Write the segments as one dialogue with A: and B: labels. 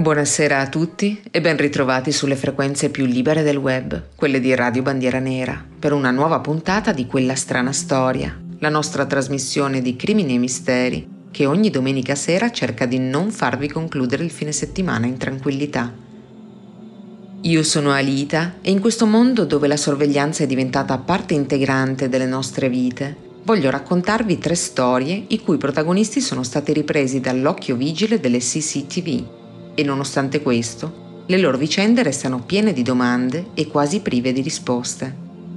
A: Buonasera a tutti e ben ritrovati sulle frequenze più libere del web, quelle di Radio Bandiera Nera, per una nuova puntata di Quella strana storia, la nostra trasmissione di crimini e misteri che ogni domenica sera cerca di non farvi concludere il fine settimana in tranquillità. Io sono Alita e in questo mondo dove la sorveglianza è diventata parte integrante delle nostre vite, voglio raccontarvi 3 storie i cui protagonisti sono stati ripresi dall'occhio vigile delle CCTV. E nonostante questo, le loro vicende restano piene di domande e quasi prive di risposte.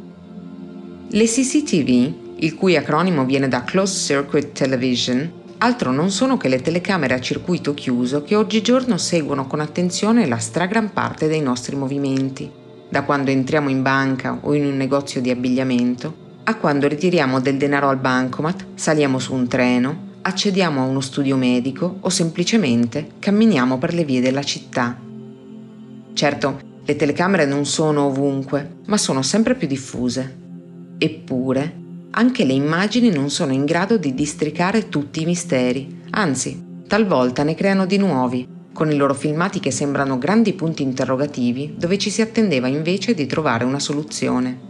A: Le CCTV, il cui acronimo viene da Closed Circuit Television, altro non sono che le telecamere a circuito chiuso che oggigiorno seguono con attenzione la stragran parte dei nostri movimenti, da quando entriamo in banca o in un negozio di abbigliamento, a quando ritiriamo del denaro al bancomat, saliamo su un treno, accediamo a uno studio medico o semplicemente camminiamo per le vie della città. Certo, le telecamere non sono ovunque, ma sono sempre più diffuse. Eppure, anche le immagini non sono in grado di districare tutti i misteri, anzi, talvolta ne creano di nuovi, con i loro filmati che sembrano grandi punti interrogativi dove ci si attendeva invece di trovare una soluzione.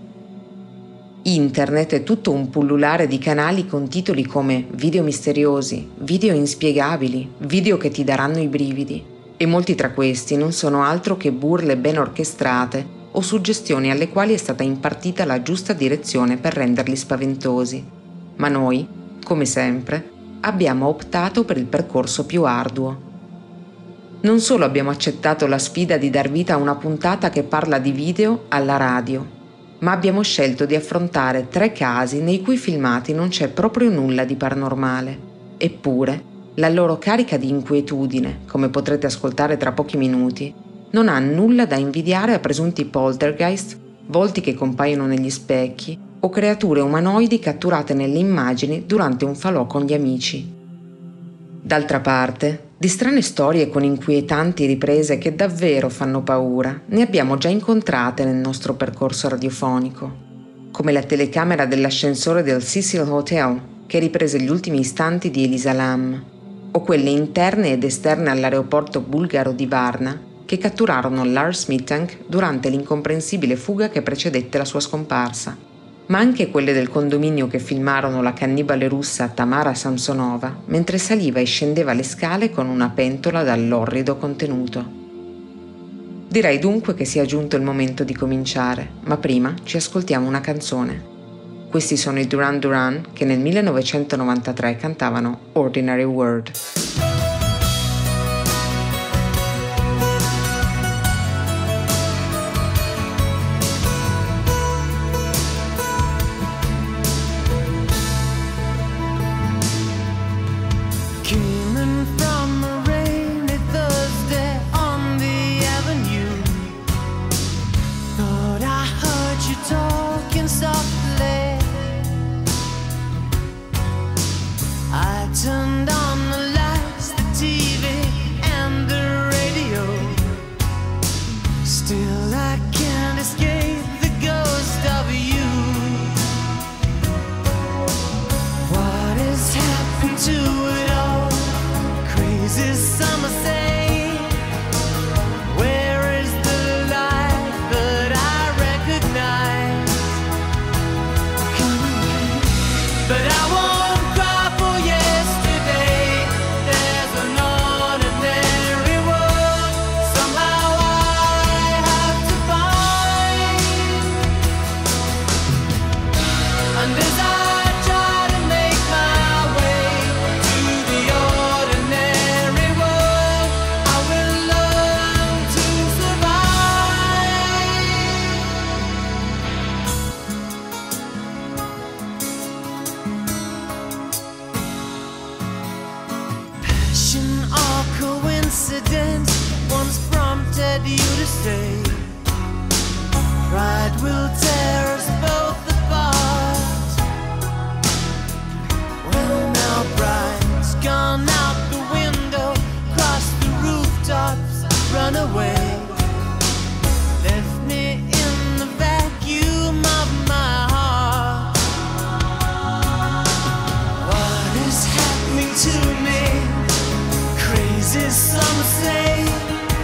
A: Internet è tutto un pullulare di canali con titoli come video misteriosi, video inspiegabili, video che ti daranno i brividi, e molti tra questi non sono altro che burle ben orchestrate o suggestioni alle quali è stata impartita la giusta direzione per renderli spaventosi. Ma noi, come sempre, abbiamo optato per il percorso più arduo. Non solo abbiamo accettato la sfida di dar vita a una puntata che parla di video alla radio, ma abbiamo scelto di affrontare 3 casi nei cui filmati non c'è proprio nulla di paranormale. Eppure, la loro carica di inquietudine, come potrete ascoltare tra pochi minuti, non ha nulla da invidiare a presunti poltergeist, volti che compaiono negli specchi o creature umanoidi catturate nelle immagini durante un falò con gli amici. D'altra parte, di strane storie con inquietanti riprese che davvero fanno paura ne abbiamo già incontrate nel nostro percorso radiofonico, come la telecamera dell'ascensore del Cecil Hotel che riprese gli ultimi istanti di Elisa Lam, o quelle interne ed esterne all'aeroporto bulgaro di Varna che catturarono Lars Mittank durante l'incomprensibile fuga che precedette la sua scomparsa, ma anche quelle del condominio che filmarono la cannibale russa Tamara Samsonova mentre saliva e scendeva le scale con una pentola dall'orrido contenuto. Direi dunque che sia giunto il momento di cominciare, ma prima ci ascoltiamo una canzone. Questi sono i Duran Duran che nel 1993 cantavano Ordinary World.
B: Turned on the lights, the TV and the radio. Still I can't escape the ghost of you. What has happened to it all? Crazy summer say, where is the light that I recognize? But I won't once prompted you to say, pride will tear us both apart. Well now pride's gone out the window, crossed the rooftops, run away, left me in the vacuum of my heart. What is happening to me? Crazy some say,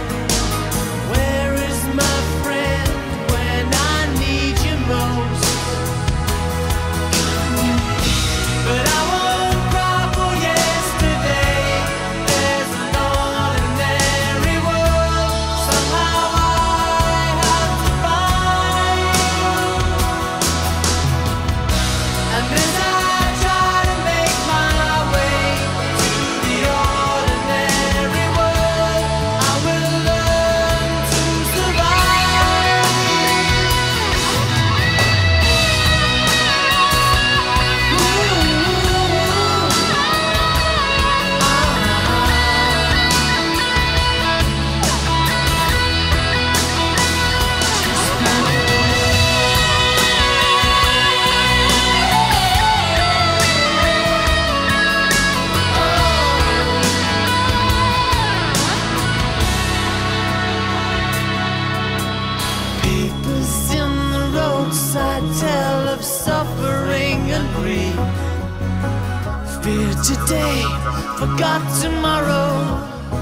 B: agree. Fear today, forgot tomorrow.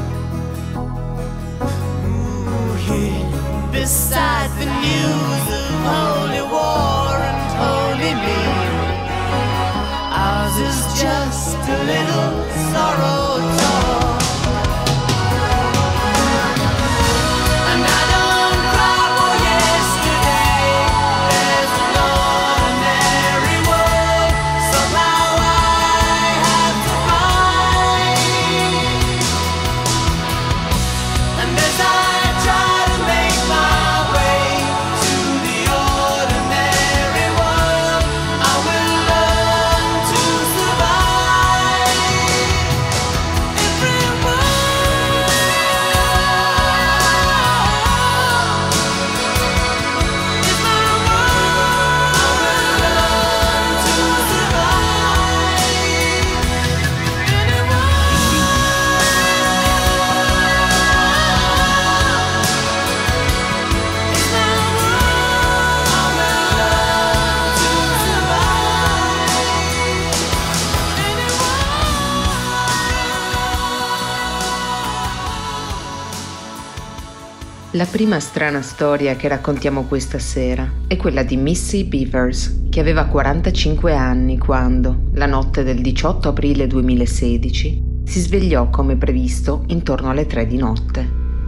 B: Ooh, here beside the news of holy war and holy me, ours is just a little sorrow talk. And I don't cry for yesterday. There's an ordinary world somehow I have to find. And as I try to make my way to the ordinary world, I will learn to survive. Everyone is my world. I will learn to survive. Anyone is my world. I will learn to survive.
A: La prima strana storia che raccontiamo questa sera è quella di Missy Bevers, che aveva 45 anni quando, la notte del 18 aprile 2016, si svegliò come previsto intorno alle 3 di notte.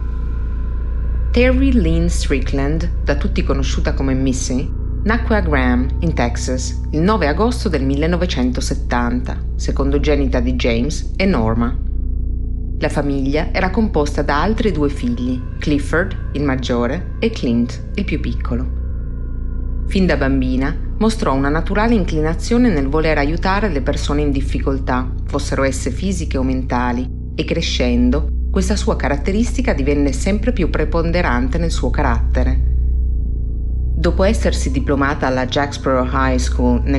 A: Terry Lynn Strickland, da tutti conosciuta come Missy, nacque a Graham, in Texas, il 9 agosto del 1970, secondogenita di James e Norma. La famiglia era composta da altri 2 figli, Clifford, il maggiore, e Clint, il più piccolo. Fin da bambina mostrò una naturale inclinazione nel voler aiutare le persone in difficoltà, fossero esse fisiche o mentali, e crescendo, questa sua caratteristica divenne sempre più preponderante nel suo carattere. Dopo essersi diplomata alla Jacksboro High School nel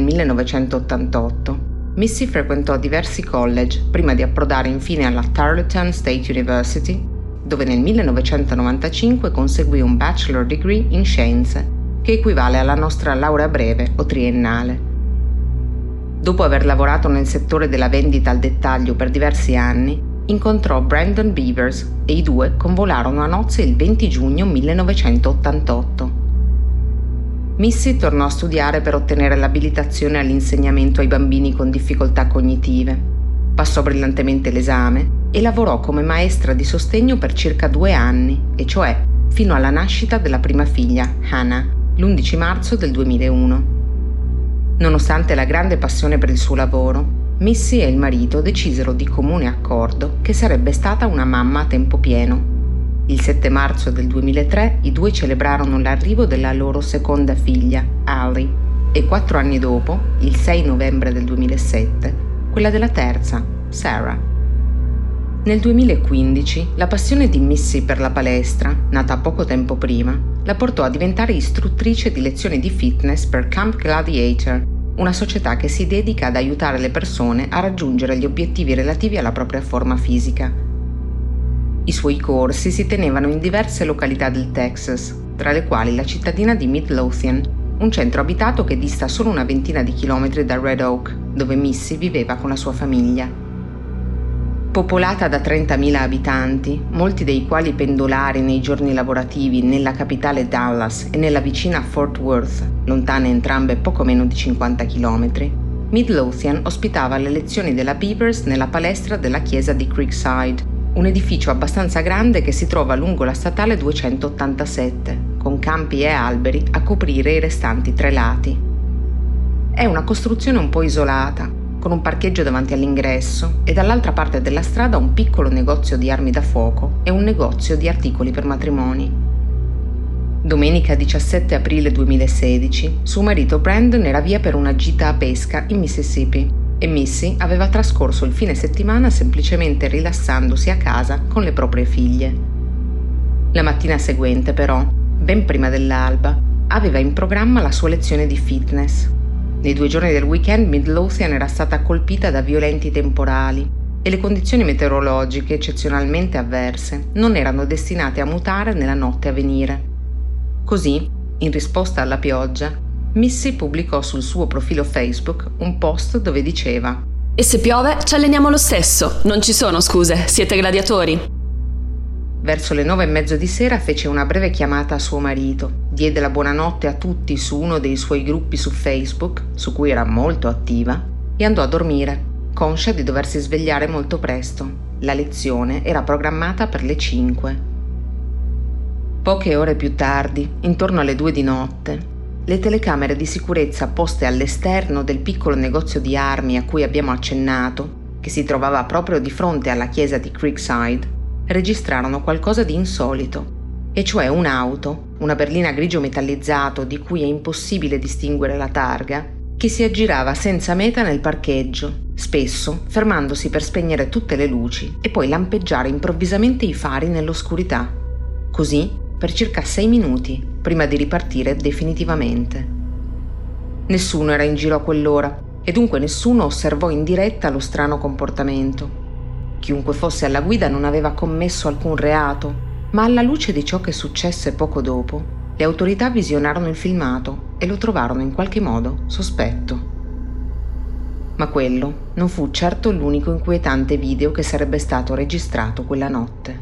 A: 1988, Missy frequentò diversi college prima di approdare infine alla Tarleton State University, dove nel 1995 conseguì un bachelor degree in scienze, che equivale alla nostra laurea breve o triennale. Dopo aver lavorato nel settore della vendita al dettaglio per diversi anni, incontrò Brandon Bevers e i due convolarono a nozze il 20 giugno 1988. Missy tornò a studiare per ottenere l'abilitazione all'insegnamento ai bambini con difficoltà cognitive. Passò brillantemente l'esame e lavorò come maestra di sostegno per circa 2 anni, e cioè fino alla nascita della prima figlia, Hannah, l'11 marzo del 2001. Nonostante la grande passione per il suo lavoro, Missy e il marito decisero di comune accordo che sarebbe stata una mamma a tempo pieno. Il 7 marzo del 2003 i due celebrarono l'arrivo della loro seconda figlia, Allie, e 4 anni dopo, il 6 novembre del 2007, quella della terza, Sarah. Nel 2015 la passione di Missy per la palestra, nata poco tempo prima, la portò a diventare istruttrice di lezioni di fitness per Camp Gladiator, una società che si dedica ad aiutare le persone a raggiungere gli obiettivi relativi alla propria forma fisica. I suoi corsi si tenevano in diverse località del Texas, tra le quali la cittadina di Midlothian, un centro abitato che dista solo una ventina di chilometri da Red Oak, dove Missy viveva con la sua famiglia. Popolata da 30.000 abitanti, molti dei quali pendolari nei giorni lavorativi nella capitale Dallas e nella vicina Fort Worth, lontane entrambe poco meno di 50 chilometri, Midlothian ospitava le lezioni della Bevers nella palestra della chiesa di Creekside, un edificio abbastanza grande che si trova lungo la statale 287, con campi e alberi a coprire i restanti 3 lati. È una costruzione un po' isolata, con un parcheggio davanti all'ingresso e dall'altra parte della strada un piccolo negozio di armi da fuoco e un negozio di articoli per matrimoni. Domenica 17 aprile 2016, suo marito Brandon era via per una gita a pesca in Mississippi e Missy aveva trascorso il fine settimana semplicemente rilassandosi a casa con le proprie figlie. La mattina seguente, però, ben prima dell'alba, aveva in programma la sua lezione di fitness. Nei 2 giorni del weekend Midlothian era stata colpita da violenti temporali e le condizioni meteorologiche eccezionalmente avverse non erano destinate a mutare nella notte a venire. Così, in risposta alla pioggia, Missy pubblicò sul suo profilo Facebook un post dove diceva:
C: "E se piove ci alleniamo lo stesso, non ci sono scuse, siete gladiatori".
A: Verso le 9:30 di sera fece una breve chiamata a suo marito, diede la buonanotte a tutti su uno dei suoi gruppi su Facebook, su cui era molto attiva, e andò a dormire, conscia di doversi svegliare molto presto. La lezione era programmata per le 5. Poche ore più tardi, intorno alle 2 di notte, le telecamere di sicurezza poste all'esterno del piccolo negozio di armi a cui abbiamo accennato, che si trovava proprio di fronte alla chiesa di Creekside, registrarono qualcosa di insolito, e cioè un'auto, una berlina grigio metallizzato di cui è impossibile distinguere la targa, che si aggirava senza meta nel parcheggio, spesso fermandosi per spegnere tutte le luci e poi lampeggiare improvvisamente i fari nell'oscurità. Così per circa 6 minuti, prima di ripartire definitivamente. Nessuno era in giro a quell'ora e dunque nessuno osservò in diretta lo strano comportamento. Chiunque fosse alla guida non aveva commesso alcun reato, ma alla luce di ciò che successe poco dopo, le autorità visionarono il filmato e lo trovarono in qualche modo sospetto. Ma quello non fu certo l'unico inquietante video che sarebbe stato registrato quella notte.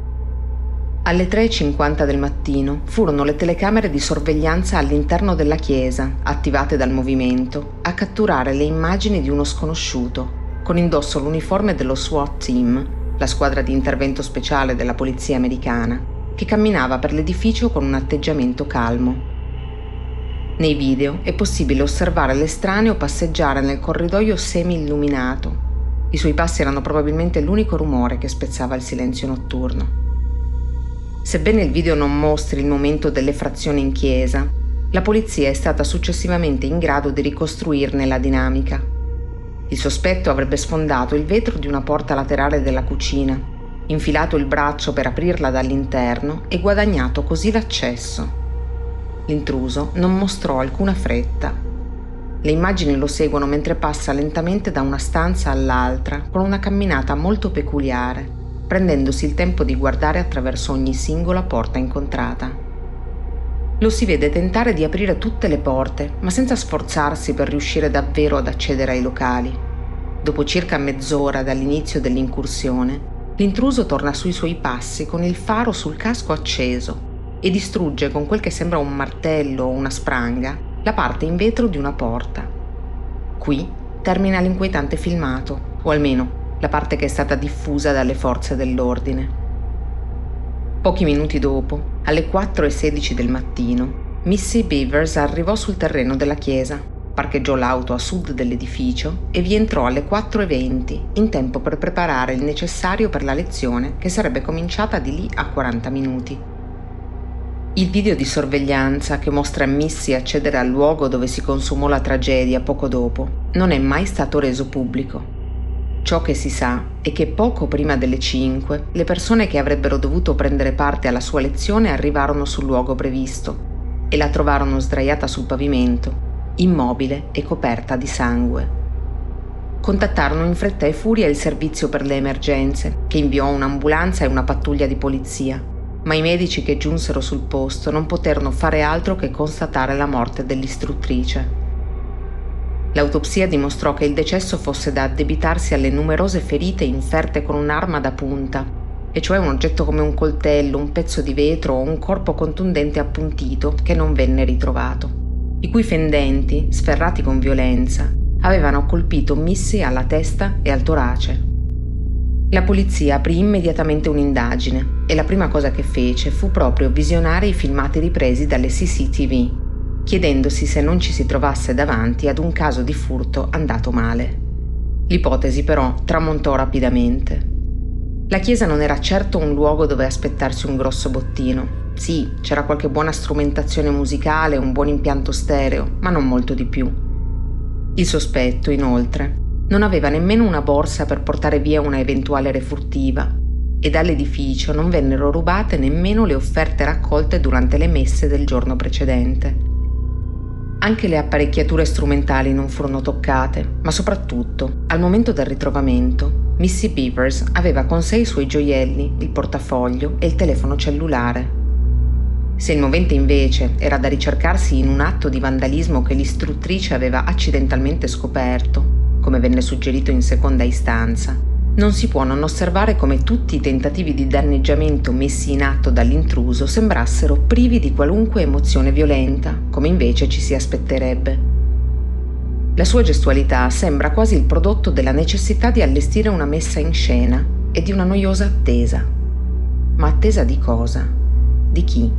A: Alle 3:50 del mattino furono le telecamere di sorveglianza all'interno della chiesa, attivate dal movimento, a catturare le immagini di uno sconosciuto, con indosso l'uniforme dello SWAT Team, la squadra di intervento speciale della polizia americana, che camminava per l'edificio con un atteggiamento calmo. Nei video è possibile osservare l'estraneo passeggiare nel corridoio semi-illuminato. I suoi passi erano probabilmente l'unico rumore che spezzava il silenzio notturno. Sebbene il video non mostri il momento dell'effrazione in chiesa, la polizia è stata successivamente in grado di ricostruirne la dinamica. Il sospetto avrebbe sfondato il vetro di una porta laterale della cucina, infilato il braccio per aprirla dall'interno e guadagnato così l'accesso. L'intruso non mostrò alcuna fretta. Le immagini lo seguono mentre passa lentamente da una stanza all'altra con una camminata molto peculiare, prendendosi il tempo di guardare attraverso ogni singola porta incontrata. Lo si vede tentare di aprire tutte le porte, ma senza sforzarsi per riuscire davvero ad accedere ai locali. Dopo circa mezz'ora dall'inizio dell'incursione, l'intruso torna sui suoi passi con il faro sul casco acceso e distrugge con quel che sembra un martello o una spranga la parte in vetro di una porta. Qui termina l'inquietante filmato, o almeno la parte che è stata diffusa dalle forze dell'ordine. Pochi minuti dopo, alle 4:16 del mattino, Missy Bevers arrivò sul terreno della chiesa, parcheggiò l'auto a sud dell'edificio e vi entrò alle 4:20, in tempo per preparare il necessario per la lezione che sarebbe cominciata di lì a 40 minuti. Il video di sorveglianza che mostra Missy accedere al luogo dove si consumò la tragedia poco dopo non è mai stato reso pubblico. Ciò che si sa è che poco prima delle 5 le persone che avrebbero dovuto prendere parte alla sua lezione arrivarono sul luogo previsto e la trovarono sdraiata sul pavimento, immobile e coperta di sangue. Contattarono in fretta e furia il servizio per le emergenze, che inviò un'ambulanza e una pattuglia di polizia, ma i medici che giunsero sul posto non poterono fare altro che constatare la morte dell'istruttrice. L'autopsia dimostrò che il decesso fosse da addebitarsi alle numerose ferite inferte con un'arma da punta, e cioè un oggetto come un coltello, un pezzo di vetro o un corpo contundente appuntito che non venne ritrovato, i cui fendenti, sferrati con violenza, avevano colpito Missy alla testa e al torace. La polizia aprì immediatamente un'indagine e la prima cosa che fece fu proprio visionare i filmati ripresi dalle CCTV, chiedendosi se non ci si trovasse davanti ad un caso di furto andato male. L'ipotesi però tramontò rapidamente. La chiesa non era certo un luogo dove aspettarsi un grosso bottino. Sì, c'era qualche buona strumentazione musicale, un buon impianto stereo, ma non molto di più. Il sospetto, inoltre, non aveva nemmeno una borsa per portare via una eventuale refurtiva e dall'edificio non vennero rubate nemmeno le offerte raccolte durante le messe del giorno precedente. Anche le apparecchiature strumentali non furono toccate, ma soprattutto, al momento del ritrovamento, Missy Bevers aveva con sé i suoi gioielli, il portafoglio e il telefono cellulare. Se il movente invece era da ricercarsi in un atto di vandalismo che l'istruttrice aveva accidentalmente scoperto, come venne suggerito in seconda istanza, non si può non osservare come tutti i tentativi di danneggiamento messi in atto dall'intruso sembrassero privi di qualunque emozione violenta, come invece ci si aspetterebbe. La sua gestualità sembra quasi il prodotto della necessità di allestire una messa in scena e di una noiosa attesa. Ma attesa di cosa? Di chi?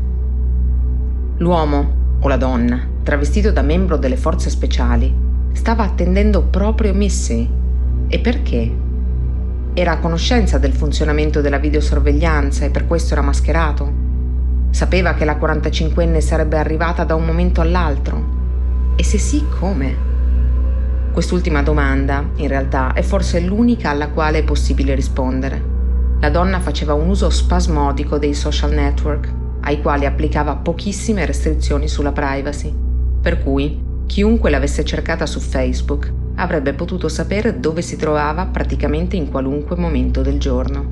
A: L'uomo, o la donna, travestito da membro delle forze speciali, stava attendendo proprio Missy. E perché? Era a conoscenza del funzionamento della videosorveglianza e per questo era mascherato? Sapeva che la 45enne sarebbe arrivata da un momento all'altro? E se sì, come? Quest'ultima domanda, in realtà, è forse l'unica alla quale è possibile rispondere. La donna faceva un uso spasmodico dei social network, ai quali applicava pochissime restrizioni sulla privacy, per cui chiunque l'avesse cercata su Facebook avrebbe potuto sapere dove si trovava praticamente in qualunque momento del giorno.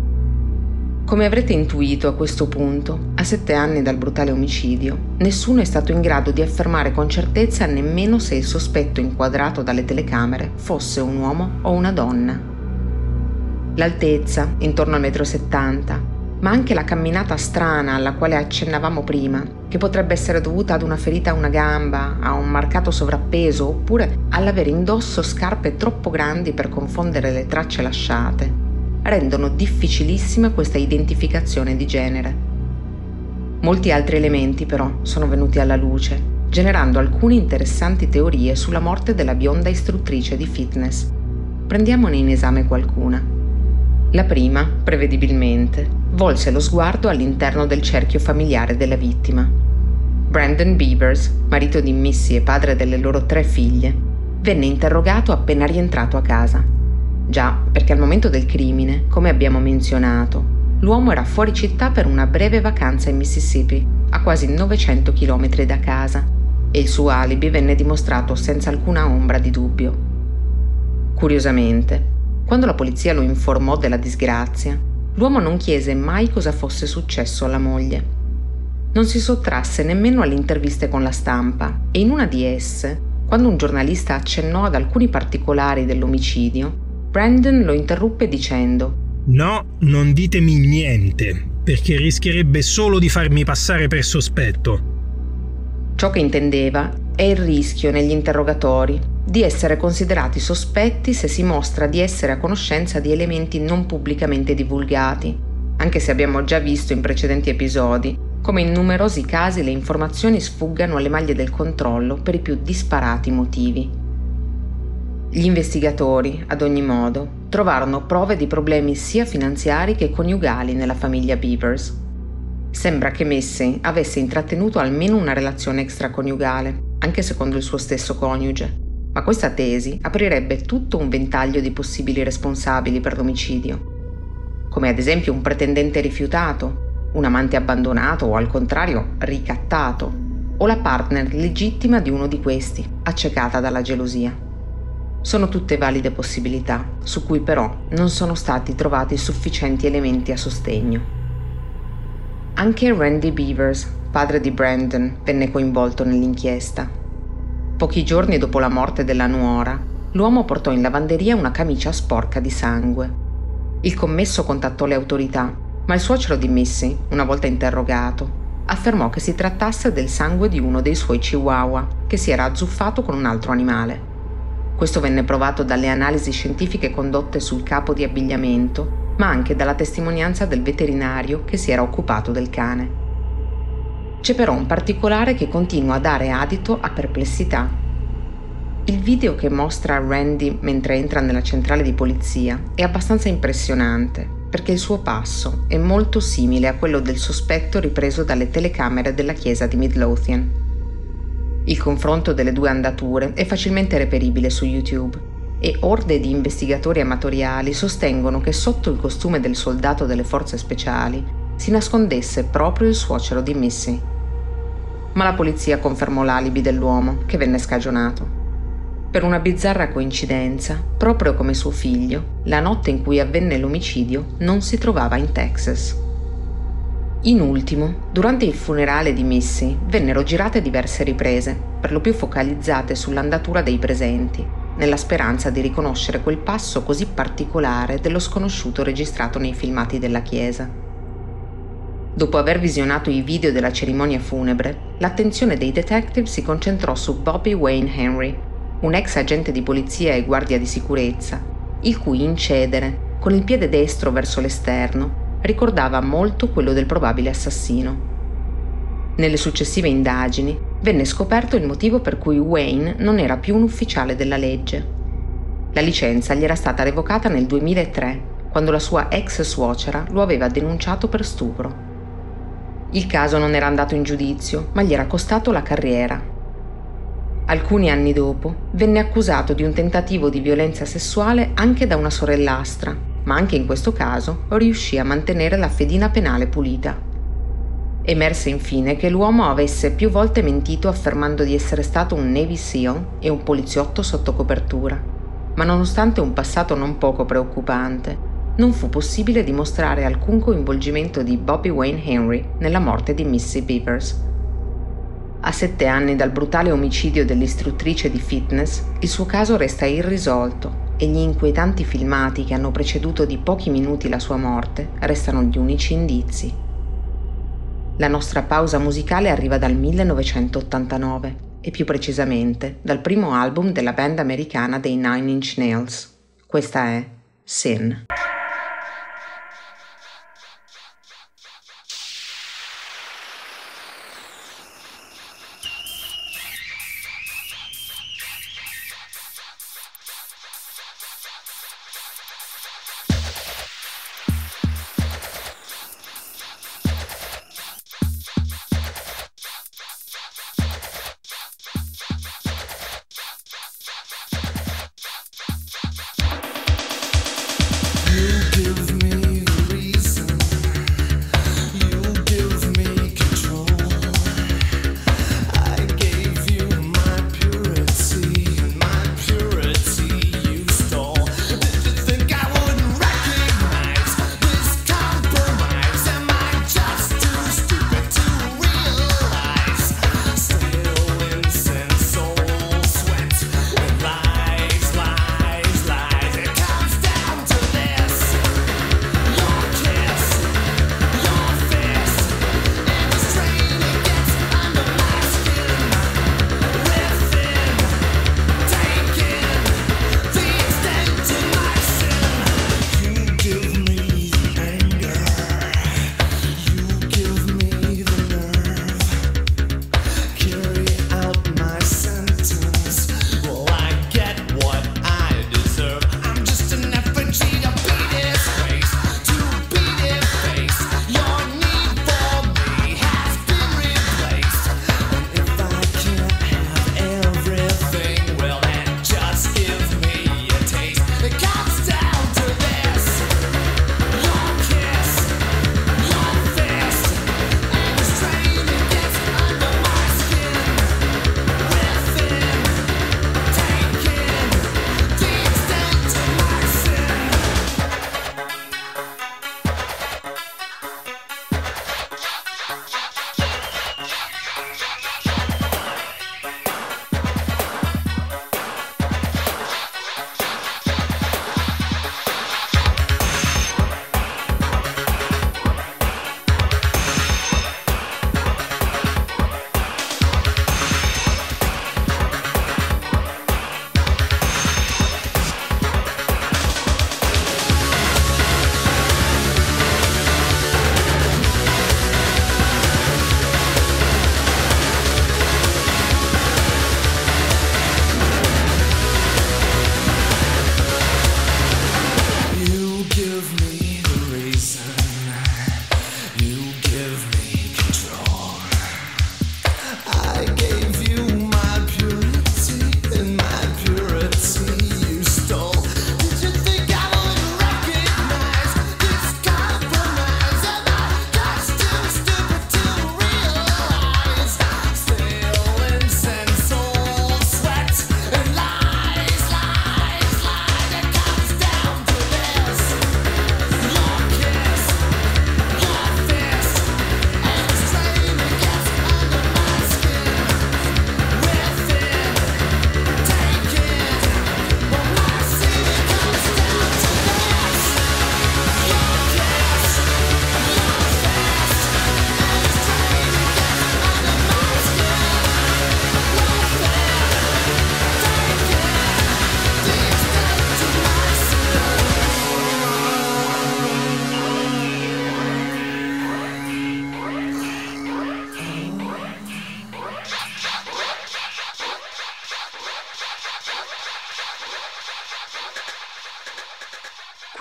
A: Come avrete intuito a questo punto, a 7 anni dal brutale omicidio, nessuno è stato in grado di affermare con certezza nemmeno se il sospetto inquadrato dalle telecamere fosse un uomo o una donna. L'altezza, intorno al 1,70 m, ma anche la camminata strana alla quale accennavamo prima, che potrebbe essere dovuta ad una ferita a una gamba, a un marcato sovrappeso oppure all'avere indosso scarpe troppo grandi per confondere le tracce lasciate, rendono difficilissima questa identificazione di genere. Molti altri elementi però sono venuti alla luce, generando alcune interessanti teorie sulla morte della bionda istruttrice di fitness. Prendiamone in esame qualcuna. La prima, prevedibilmente, volse lo sguardo all'interno del cerchio familiare della vittima. Brandon Beavers, marito di Missy e padre delle loro 3 figlie, venne interrogato appena rientrato a casa. Già, perché al momento del crimine, come abbiamo menzionato, l'uomo era fuori città per una breve vacanza in Mississippi, a quasi 900 km da casa, e il suo alibi venne dimostrato senza alcuna ombra di dubbio. Curiosamente, quando la polizia lo informò della disgrazia, l'uomo non chiese mai cosa fosse successo alla moglie. Non si sottrasse nemmeno alle interviste con la stampa e in una di esse, quando un giornalista accennò ad alcuni particolari dell'omicidio, Brandon lo interruppe dicendo:
D: «No, non ditemi niente, perché rischierebbe solo di farmi passare per sospetto».
A: Ciò che intendeva è il rischio negli interrogatori di essere considerati sospetti se si mostra di essere a conoscenza di elementi non pubblicamente divulgati, anche se abbiamo già visto in precedenti episodi come in numerosi casi le informazioni sfuggano alle maglie del controllo per i più disparati motivi. Gli investigatori, ad ogni modo, trovarono prove di problemi sia finanziari che coniugali nella famiglia Beavers. Sembra che Missy avesse intrattenuto almeno una relazione extraconiugale, anche secondo il suo stesso coniuge, ma questa tesi aprirebbe tutto un ventaglio di possibili responsabili per l'omicidio, come ad esempio un pretendente rifiutato, un amante abbandonato o al contrario ricattato, o la partner legittima di uno di questi, accecata dalla gelosia. Sono tutte valide possibilità, su cui però non sono stati trovati sufficienti elementi a sostegno. Anche Randy Beavers, padre di Brandon, venne coinvolto nell'inchiesta. Pochi giorni dopo la morte della nuora, l'uomo portò in lavanderia una camicia sporca di sangue. Il commesso contattò le autorità, ma il suocero di Missy, una volta interrogato, affermò che si trattasse del sangue di uno dei suoi chihuahua, che si era azzuffato con un altro animale. Questo venne provato dalle analisi scientifiche condotte sul capo di abbigliamento, ma anche dalla testimonianza del veterinario che si era occupato del cane. C'è però un particolare che continua a dare adito a perplessità. Il video che mostra Randy mentre entra nella centrale di polizia è abbastanza impressionante, perché il suo passo è molto simile a quello del sospetto ripreso dalle telecamere della chiesa di Midlothian. Il confronto delle 2 andature è facilmente reperibile su YouTube e orde di investigatori amatoriali sostengono che sotto il costume del soldato delle forze speciali si nascondesse proprio il suocero di Missy. Ma la polizia confermò l'alibi dell'uomo, che venne scagionato. Per una bizzarra coincidenza, proprio come suo figlio, la notte in cui avvenne l'omicidio non si trovava in Texas. In ultimo, durante il funerale di Missy vennero girate diverse riprese, per lo più focalizzate sull'andatura dei presenti, nella speranza di riconoscere quel passo così particolare dello sconosciuto registrato nei filmati della chiesa. Dopo aver visionato i video della cerimonia funebre, l'attenzione dei detective si concentrò su Bobby Wayne Henry, un ex agente di polizia e guardia di sicurezza, il cui incedere, con il piede destro verso l'esterno, ricordava molto quello del probabile assassino. Nelle successive indagini venne scoperto il motivo per cui Wayne non era più un ufficiale della legge. La licenza gli era stata revocata nel 2003, quando la sua ex suocera lo aveva denunciato per stupro. Il caso non era andato in giudizio, ma gli era costato la carriera. Alcuni anni dopo venne accusato di un tentativo di violenza sessuale anche da una sorellastra, ma anche in questo caso riuscì a mantenere la fedina penale pulita. Emerse infine che l'uomo avesse più volte mentito affermando di essere stato un Navy SEAL e un poliziotto sotto copertura, ma nonostante un passato non poco preoccupante, non fu possibile dimostrare alcun coinvolgimento di Bobby Wayne Henry nella morte di Missy Bevers. A 7 anni dal brutale omicidio dell'istruttrice di fitness, il suo caso resta irrisolto e gli inquietanti filmati che hanno preceduto di pochi minuti la sua morte restano gli unici indizi. La nostra pausa musicale arriva dal 1989 e più precisamente dal primo album della band americana dei Nine Inch Nails. Questa è Sin.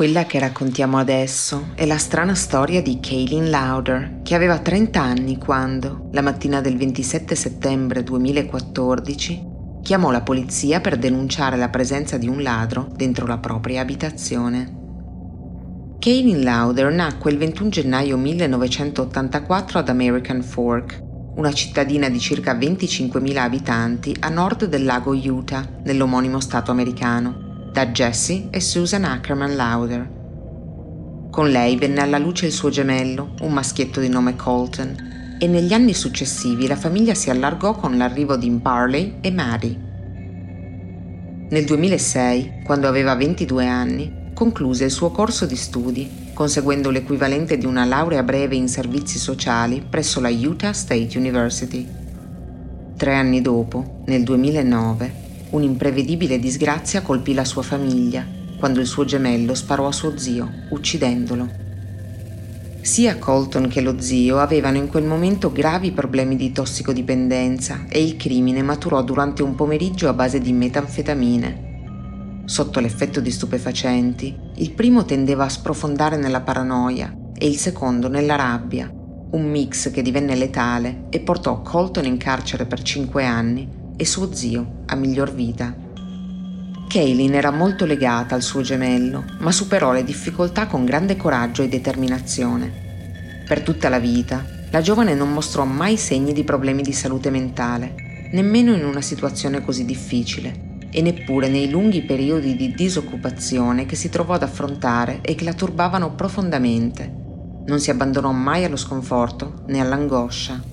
A: Quella che raccontiamo adesso è la strana storia di Kaylin Lauder, che aveva 30 anni quando, la mattina del 27 settembre 2014, chiamò la polizia per denunciare la presenza di un ladro dentro la propria abitazione. Kaylin Lauder nacque il 21 gennaio 1984 ad American Fork, una cittadina di circa 25.000 abitanti a nord del lago Utah, nell'omonimo stato americano, da Jesse e Susan Ackerman Lauder. Con lei venne alla luce il suo gemello, un maschietto di nome Colton, e negli anni successivi la famiglia si allargò con l'arrivo di Parley e Maddie. Nel 2006, quando aveva 22 anni, concluse il suo corso di studi, conseguendo l'equivalente di una laurea breve in servizi sociali presso la Utah State University. 3 anni dopo, nel 2009, un'imprevedibile disgrazia colpì la sua famiglia quando il suo gemello sparò a suo zio, uccidendolo. Sia Colton che lo zio avevano in quel momento gravi problemi di tossicodipendenza e il crimine maturò durante un pomeriggio a base di metanfetamine. Sotto l'effetto di stupefacenti, il primo tendeva a sprofondare nella paranoia e il secondo nella rabbia, un mix che divenne letale e portò Colton in carcere per 5 anni e suo zio a miglior vita. Kaylin era molto legata al suo gemello, ma superò le difficoltà con grande coraggio e determinazione. Per tutta la vita, la giovane non mostrò mai segni di problemi di salute mentale, nemmeno in una situazione così difficile, e neppure nei lunghi periodi di disoccupazione che si trovò ad affrontare e che la turbavano profondamente. Non si abbandonò mai allo sconforto né all'angoscia.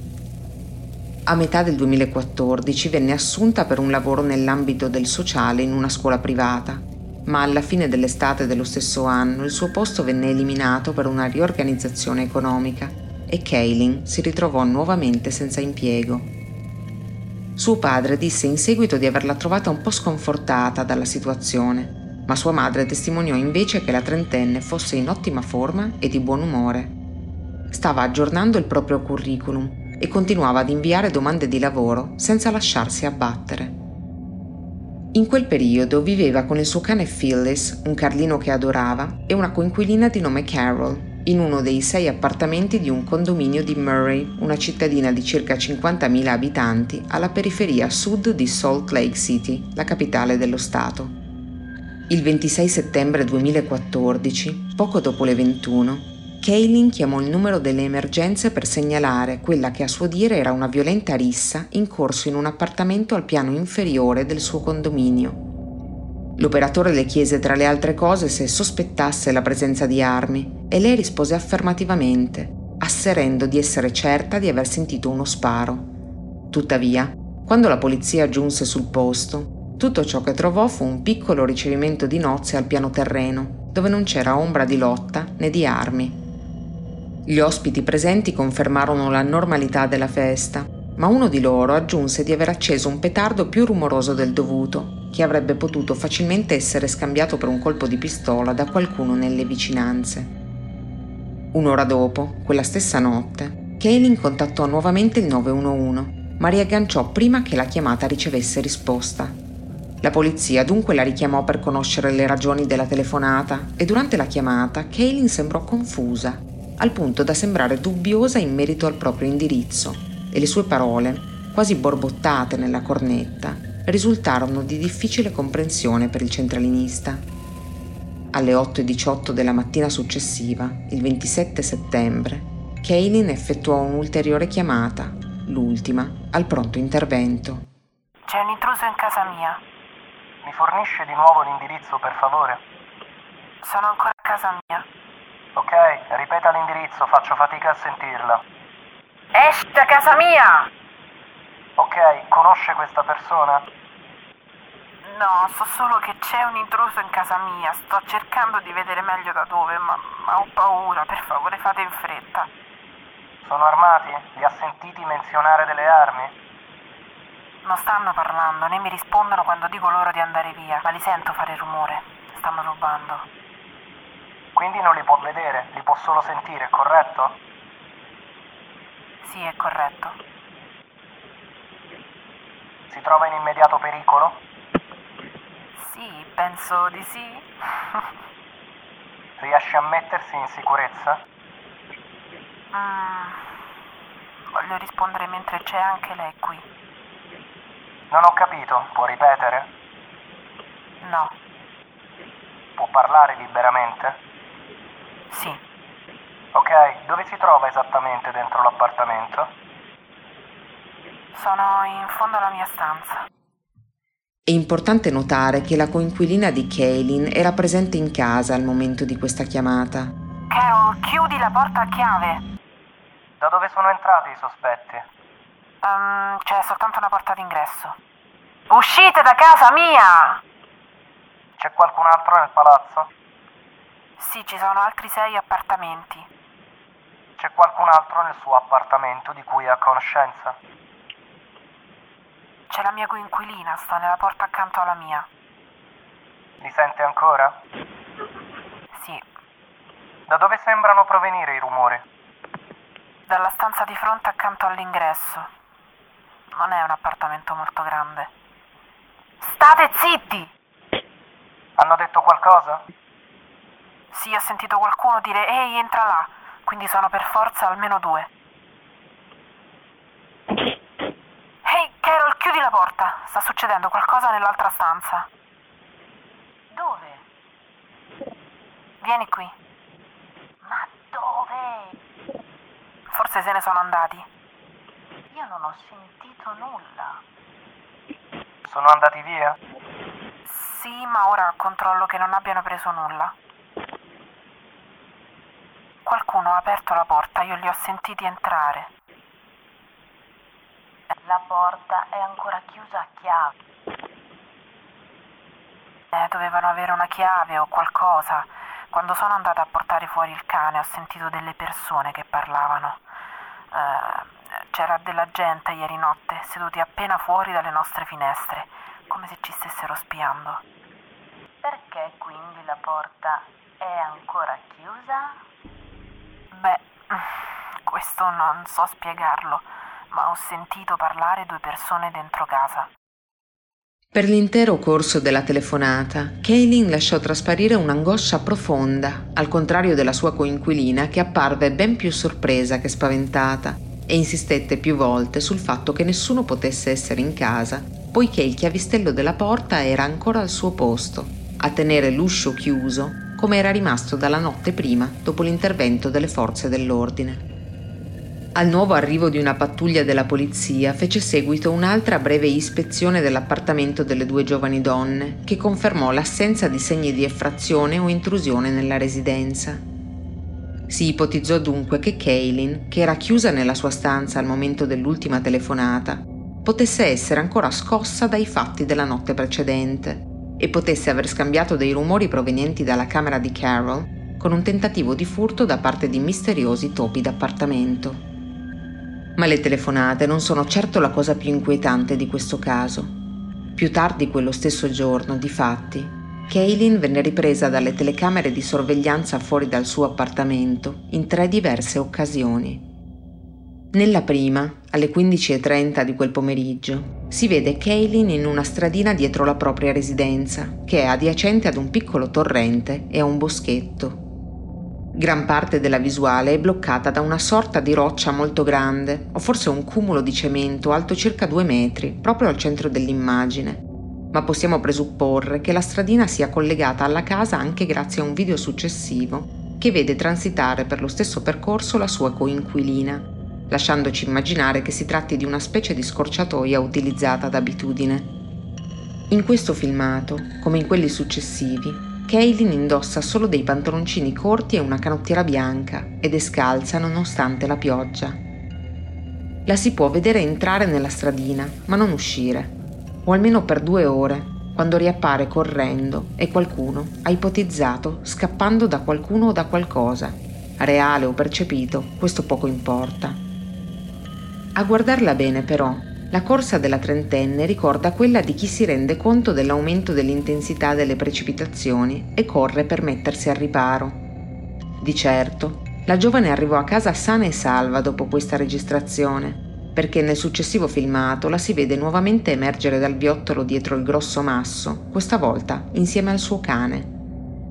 A: A metà del 2014 venne assunta per un lavoro nell'ambito del sociale in una scuola privata, ma alla fine dell'estate dello stesso anno il suo posto venne eliminato per una riorganizzazione economica e Kaylin si ritrovò nuovamente senza impiego. Suo padre disse in seguito di averla trovata un po' sconfortata dalla situazione, ma sua madre testimoniò invece che la trentenne fosse in ottima forma e di buon umore. Stava aggiornando il proprio curriculum e continuava ad inviare domande di lavoro senza lasciarsi abbattere. In quel periodo viveva con il suo cane Phyllis, un carlino che adorava, e una coinquilina di nome Carol, in uno dei 6 appartamenti di un condominio di Murray, una cittadina di circa 50.000 abitanti alla periferia sud di Salt Lake City, la capitale dello stato. Il 26 settembre 2014, poco dopo le 21, Kaylin chiamò il numero delle emergenze per segnalare quella che a suo dire era una violenta rissa in corso in un appartamento al piano inferiore del suo condominio. L'operatore le chiese tra le altre cose se sospettasse la presenza di armi e lei rispose affermativamente, asserendo di essere certa di aver sentito uno sparo. Tuttavia, quando la polizia giunse sul posto, tutto ciò che trovò fu un piccolo ricevimento di nozze al piano terreno, dove non c'era ombra di lotta né di armi. Gli ospiti presenti confermarono la normalità della festa, ma uno di loro aggiunse di aver acceso un petardo più rumoroso del dovuto, che avrebbe potuto facilmente essere scambiato per un colpo di pistola da qualcuno nelle vicinanze. Un'ora dopo, quella stessa notte, Kaylin contattò nuovamente il 911, ma riagganciò prima che la chiamata ricevesse risposta. La polizia dunque la richiamò per conoscere le ragioni della telefonata e durante la chiamata Kaylin sembrò confusa, al punto da sembrare dubbiosa in merito al proprio indirizzo, e le sue parole, quasi borbottate nella cornetta, risultarono di difficile comprensione per il centralinista. Alle 8:18 della mattina successiva, il 27 settembre, Kaylin effettuò un'ulteriore chiamata, l'ultima, al pronto intervento.
E: C'è un intruso in casa mia.
F: Mi fornisce di nuovo l'indirizzo, per favore?
E: Sono ancora a casa mia.
F: Ok, ripeta l'indirizzo, faccio fatica a sentirla.
E: Esci da casa mia!
F: Ok, conosce questa persona?
E: No, so solo che c'è un intruso in casa mia. Sto cercando di vedere meglio da dove, ma ho paura. Per favore, fate in fretta.
F: Sono armati? Li ha sentiti menzionare delle armi?
E: Non stanno parlando, né mi rispondono quando dico loro di andare via, ma li sento fare rumore. Stanno rubando.
F: Quindi non li può vedere, li può solo sentire, corretto?
E: Sì, è corretto.
F: Si trova in immediato pericolo?
E: Sì, penso di sì.
F: Riesce a mettersi in sicurezza?
E: Voglio rispondere mentre c'è anche lei qui.
F: Non ho capito, può ripetere?
E: No.
F: Può parlare liberamente?
E: Sì.
F: Ok, dove si trova esattamente dentro l'appartamento?
E: Sono in fondo alla mia stanza.
A: È importante notare che la coinquilina di Kaylin era presente in casa al momento di questa chiamata.
E: Carol, chiudi la porta a chiave.
F: Da dove sono entrati i sospetti?
E: C'è soltanto una porta d'ingresso. Uscite da casa mia!
F: C'è qualcun altro nel palazzo?
E: Sì, ci sono altri 6 appartamenti.
F: C'è qualcun altro nel suo appartamento di cui è a conoscenza?
E: C'è la mia coinquilina, sta nella porta accanto alla mia.
F: Li sente ancora?
E: Sì,
F: Da dove sembrano provenire i rumori?
E: dalla stanza di fronte accanto all'ingresso. Non è un appartamento molto grande. State zitti!
F: Hanno detto qualcosa?
E: Sì, ho sentito qualcuno dire ehi, entra là, quindi sono per forza almeno 2. Ehi, Carol, chiudi la porta. Sta succedendo qualcosa nell'altra stanza.
G: Dove?
E: Vieni qui.
G: Ma dove?
E: Forse se ne sono andati.
G: Io non ho sentito nulla.
F: Sono andati via?
E: Sì, ma ora controllo che non abbiano preso nulla. Qualcuno ha aperto la porta, io li ho sentiti entrare.
G: La porta è ancora chiusa a chiave.
E: Dovevano avere una chiave o qualcosa. Quando sono andata a portare fuori il cane ho sentito delle persone che parlavano. C'era della gente ieri notte, seduti appena fuori dalle nostre finestre, come se ci stessero spiando.
G: Perché quindi la porta è ancora chiusa?
E: Beh, questo non so spiegarlo, ma ho sentito parlare 2 persone dentro casa.
A: Per l'intero corso della telefonata, Kaylin lasciò trasparire un'angoscia profonda, al contrario della sua coinquilina che apparve ben più sorpresa che spaventata e insistette più volte sul fatto che nessuno potesse essere in casa, poiché il chiavistello della porta era ancora al suo posto, a tenere l'uscio chiuso come era rimasto dalla notte prima dopo l'intervento delle forze dell'ordine. Al nuovo arrivo di una pattuglia della polizia fece seguito un'altra breve ispezione dell'appartamento delle 2 giovani donne, che confermò l'assenza di segni di effrazione o intrusione nella residenza. Si ipotizzò dunque che Kaylin, che era chiusa nella sua stanza al momento dell'ultima telefonata, potesse essere ancora scossa dai fatti della notte precedente e potesse aver scambiato dei rumori provenienti dalla camera di Carol con un tentativo di furto da parte di misteriosi topi d'appartamento. Ma le telefonate non sono certo la cosa più inquietante di questo caso. Più tardi quello stesso giorno, difatti, Kaylin venne ripresa dalle telecamere di sorveglianza fuori dal suo appartamento in 3 diverse occasioni. Nella prima, alle 15:30 di quel pomeriggio, si vede Kaylin in una stradina dietro la propria residenza, che è adiacente ad un piccolo torrente e a un boschetto. Gran parte della visuale è bloccata da una sorta di roccia molto grande, o forse un cumulo di cemento alto circa 2 metri, proprio al centro dell'immagine. Ma possiamo presupporre che la stradina sia collegata alla casa anche grazie a un video successivo, che vede transitare per lo stesso percorso la sua coinquilina, lasciandoci immaginare che si tratti di una specie di scorciatoia utilizzata d'abitudine. In questo filmato, come in quelli successivi, Kaylin indossa solo dei pantaloncini corti e una canottiera bianca ed è scalza nonostante la pioggia. La si può vedere entrare nella stradina, ma non uscire, o almeno per 2 ore, quando riappare correndo e qualcuno ha ipotizzato scappando da qualcuno o da qualcosa. Reale o percepito, questo poco importa. A guardarla bene, però, la corsa della trentenne ricorda quella di chi si rende conto dell'aumento dell'intensità delle precipitazioni e corre per mettersi al riparo. Di certo, la giovane arrivò a casa sana e salva dopo questa registrazione, perché nel successivo filmato la si vede nuovamente emergere dal viottolo dietro il grosso masso, questa volta insieme al suo cane.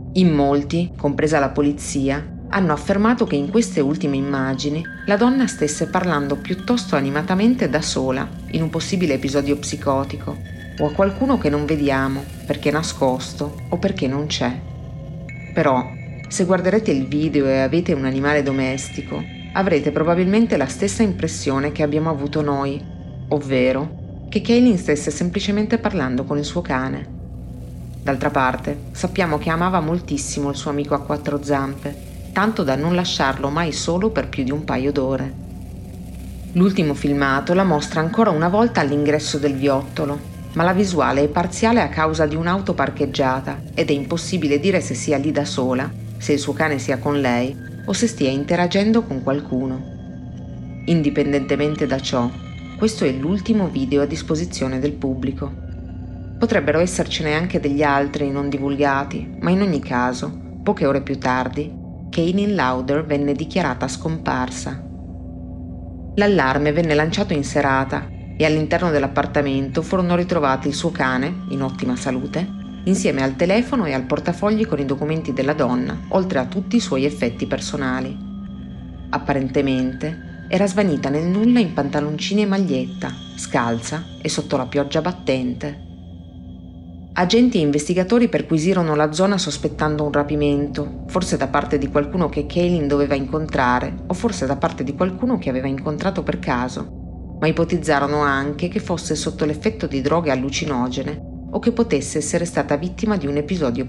A: In molti, compresa la polizia, hanno affermato che in queste ultime immagini la donna stesse parlando piuttosto animatamente da sola, in un possibile episodio psicotico, o a qualcuno che non vediamo, perché è nascosto o perché non c'è. Però, se guarderete il video e avete un animale domestico, avrete probabilmente la stessa impressione che abbiamo avuto noi, ovvero che Kaylin stesse semplicemente parlando con il suo cane. D'altra parte, sappiamo che amava moltissimo il suo amico a quattro zampe, tanto da non lasciarlo mai solo per più di un paio d'ore. L'ultimo filmato la mostra ancora una volta all'ingresso del viottolo, ma la visuale è parziale a causa di un'auto parcheggiata ed è impossibile dire se sia lì da sola, se il suo cane sia con lei o se stia interagendo con qualcuno. Indipendentemente da ciò, questo è l'ultimo video a disposizione del pubblico. Potrebbero essercene anche degli altri non divulgati, ma in ogni caso, poche ore più tardi, Kaylin Lauder venne dichiarata scomparsa. L'allarme venne lanciato in serata e all'interno dell'appartamento furono ritrovati il suo cane, in ottima salute, insieme al telefono e al portafogli con i documenti della donna, oltre a tutti i suoi effetti personali. Apparentemente era svanita nel nulla in pantaloncini e maglietta, scalza e sotto la pioggia battente. Agenti e investigatori perquisirono la zona sospettando un rapimento, forse da parte di qualcuno che Kaylin doveva incontrare o forse da parte di qualcuno che aveva incontrato per caso, ma ipotizzarono anche che fosse sotto l'effetto di droghe allucinogene o che potesse essere stata vittima di un episodio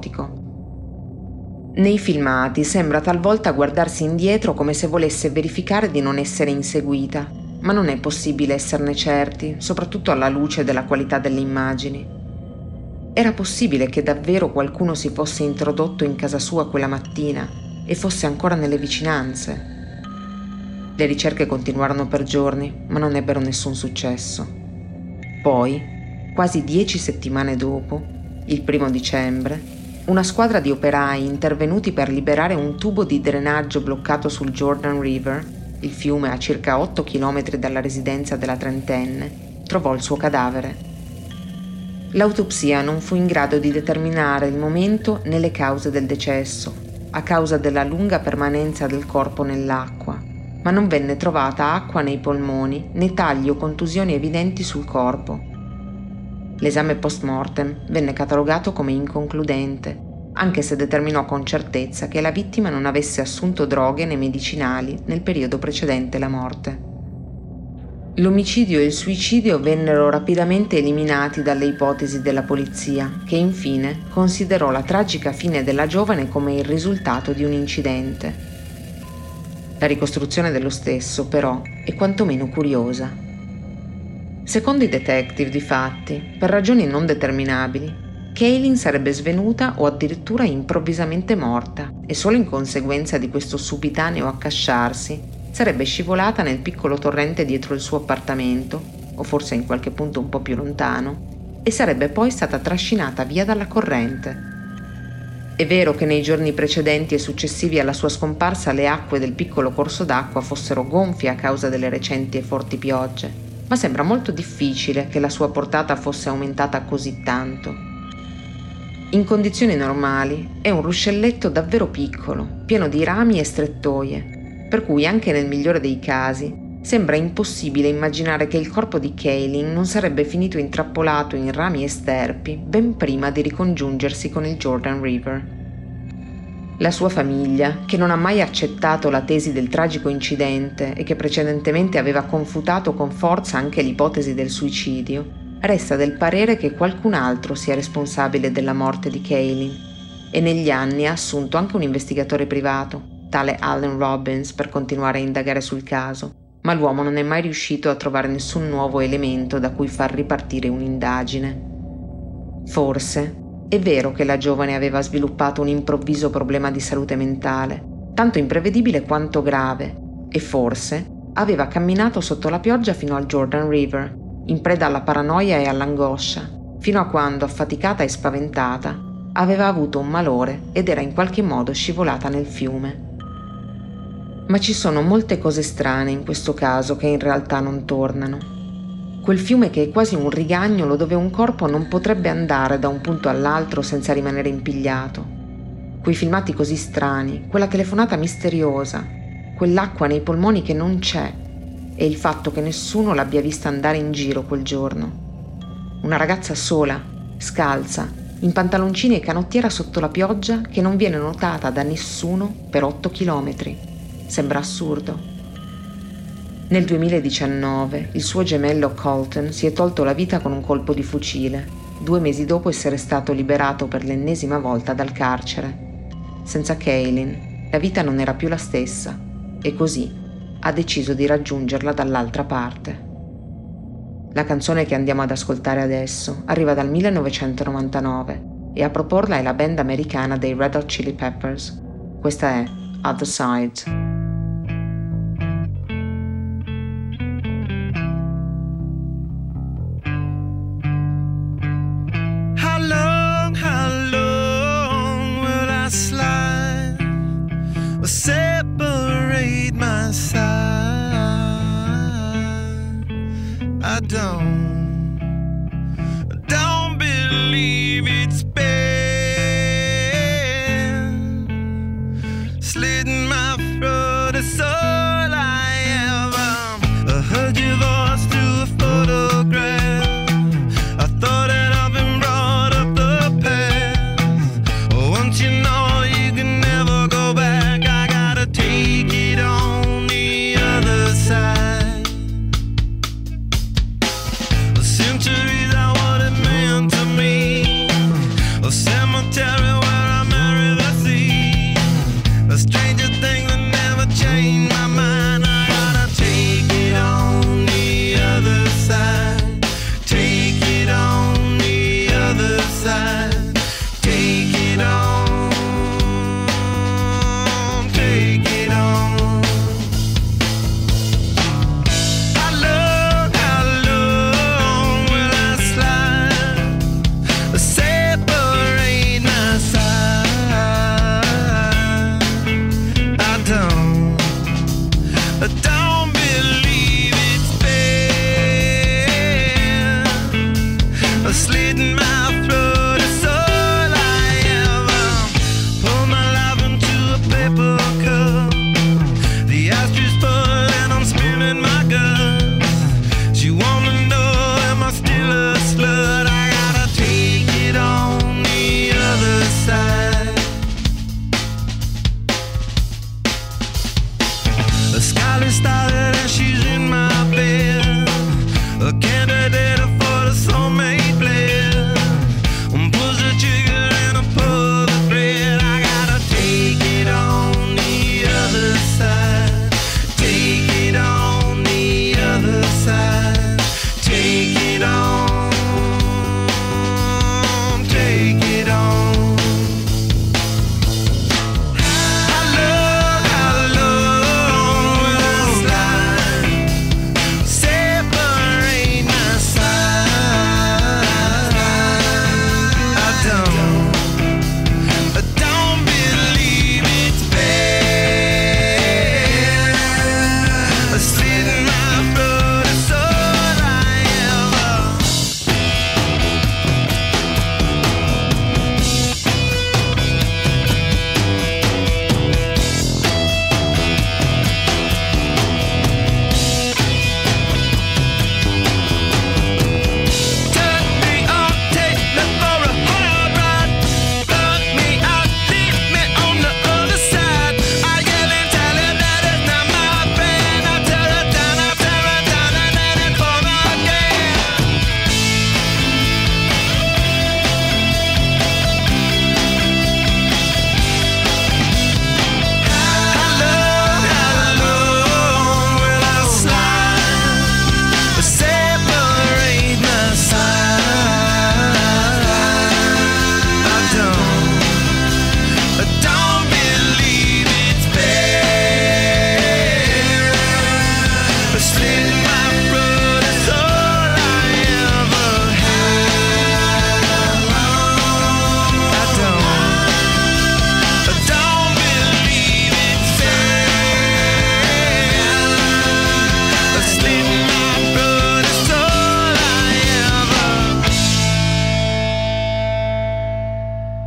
A: psicotico. Nei filmati sembra talvolta guardarsi indietro come se volesse verificare di non essere inseguita, ma non è possibile esserne certi, soprattutto alla luce della qualità delle immagini. Era possibile che davvero qualcuno si fosse introdotto in casa sua quella mattina e fosse ancora nelle vicinanze. Le ricerche continuarono per giorni, ma non ebbero nessun successo. Poi, quasi 10 settimane dopo, il 1° dicembre, una squadra di operai intervenuti per liberare un tubo di drenaggio bloccato sul Jordan River, il fiume a circa 8 km dalla residenza della trentenne, trovò il suo cadavere. L'autopsia non fu in grado di determinare il momento né le cause del decesso, a causa della lunga permanenza del corpo nell'acqua, ma non venne trovata acqua nei polmoni né tagli o contusioni evidenti sul corpo. L'esame post-mortem venne catalogato come inconcludente, anche se determinò con certezza che la vittima non avesse assunto droghe né medicinali nel periodo precedente la morte. L'omicidio e il suicidio vennero rapidamente eliminati dalle ipotesi della polizia, che infine considerò la tragica fine della giovane come il risultato di un incidente. La ricostruzione dello stesso, però, è quantomeno curiosa. Secondo i detective, difatti, per ragioni non determinabili, Kaylin sarebbe svenuta o addirittura improvvisamente morta e solo in conseguenza di questo subitaneo accasciarsi sarebbe scivolata nel piccolo torrente dietro il suo appartamento, o forse in qualche punto un po' più lontano, e sarebbe poi stata trascinata via dalla corrente. È vero che nei giorni precedenti e successivi alla sua scomparsa le acque del piccolo corso d'acqua fossero gonfie a causa delle recenti e forti piogge, ma sembra molto difficile che la sua portata fosse aumentata così tanto. In condizioni normali è un ruscelletto davvero piccolo, pieno di rami e strettoie, per cui anche nel migliore dei casi sembra impossibile immaginare che il corpo di Kaylin non sarebbe finito intrappolato in rami e sterpi ben prima di ricongiungersi con il Jordan River. La sua famiglia, che non ha mai accettato la tesi del tragico incidente e che precedentemente aveva confutato con forza anche l'ipotesi del suicidio, resta del parere che qualcun altro sia responsabile della morte di Kaylin e negli anni ha assunto anche un investigatore privato, tale Allen Robbins, per continuare a indagare sul caso, ma l'uomo non è mai riuscito a trovare nessun nuovo elemento da cui far ripartire un'indagine. Forse è vero che la giovane aveva sviluppato un improvviso problema di salute mentale, tanto imprevedibile quanto grave, e forse aveva camminato sotto la pioggia fino al Jordan River, in preda alla paranoia e all'angoscia, fino a quando, affaticata e spaventata, aveva avuto un malore ed era in qualche modo scivolata nel fiume. Ma ci sono molte cose strane in questo caso che in realtà non tornano. Quel fiume che è quasi un rigagnolo dove un corpo non potrebbe andare da un punto all'altro senza rimanere impigliato. quei filmati così strani, quella telefonata misteriosa, quell'acqua nei polmoni che non c'è e il fatto che nessuno l'abbia vista andare in giro quel giorno. Una ragazza sola, scalza, in pantaloncini e canottiera sotto la pioggia che non viene notata da nessuno per 8 chilometri. Sembra assurdo. Nel 2019 il suo gemello Colton si è tolto la vita con un colpo di fucile, 2 mesi dopo essere stato liberato per l'ennesima volta dal carcere. Senza Kaylin, la vita non era più la stessa e così ha deciso di raggiungerla dall'altra parte. La canzone che andiamo ad ascoltare adesso arriva dal 1999 e a proporla è la band americana dei Red Hot Chili Peppers. Questa è Other Side.
B: Separate my side. I don't believe it's been slitting my throat. It's all I ever heard your voice through a photograph. I thought that I've been brought up the past. Once you know you can never go back. Take it on the other side.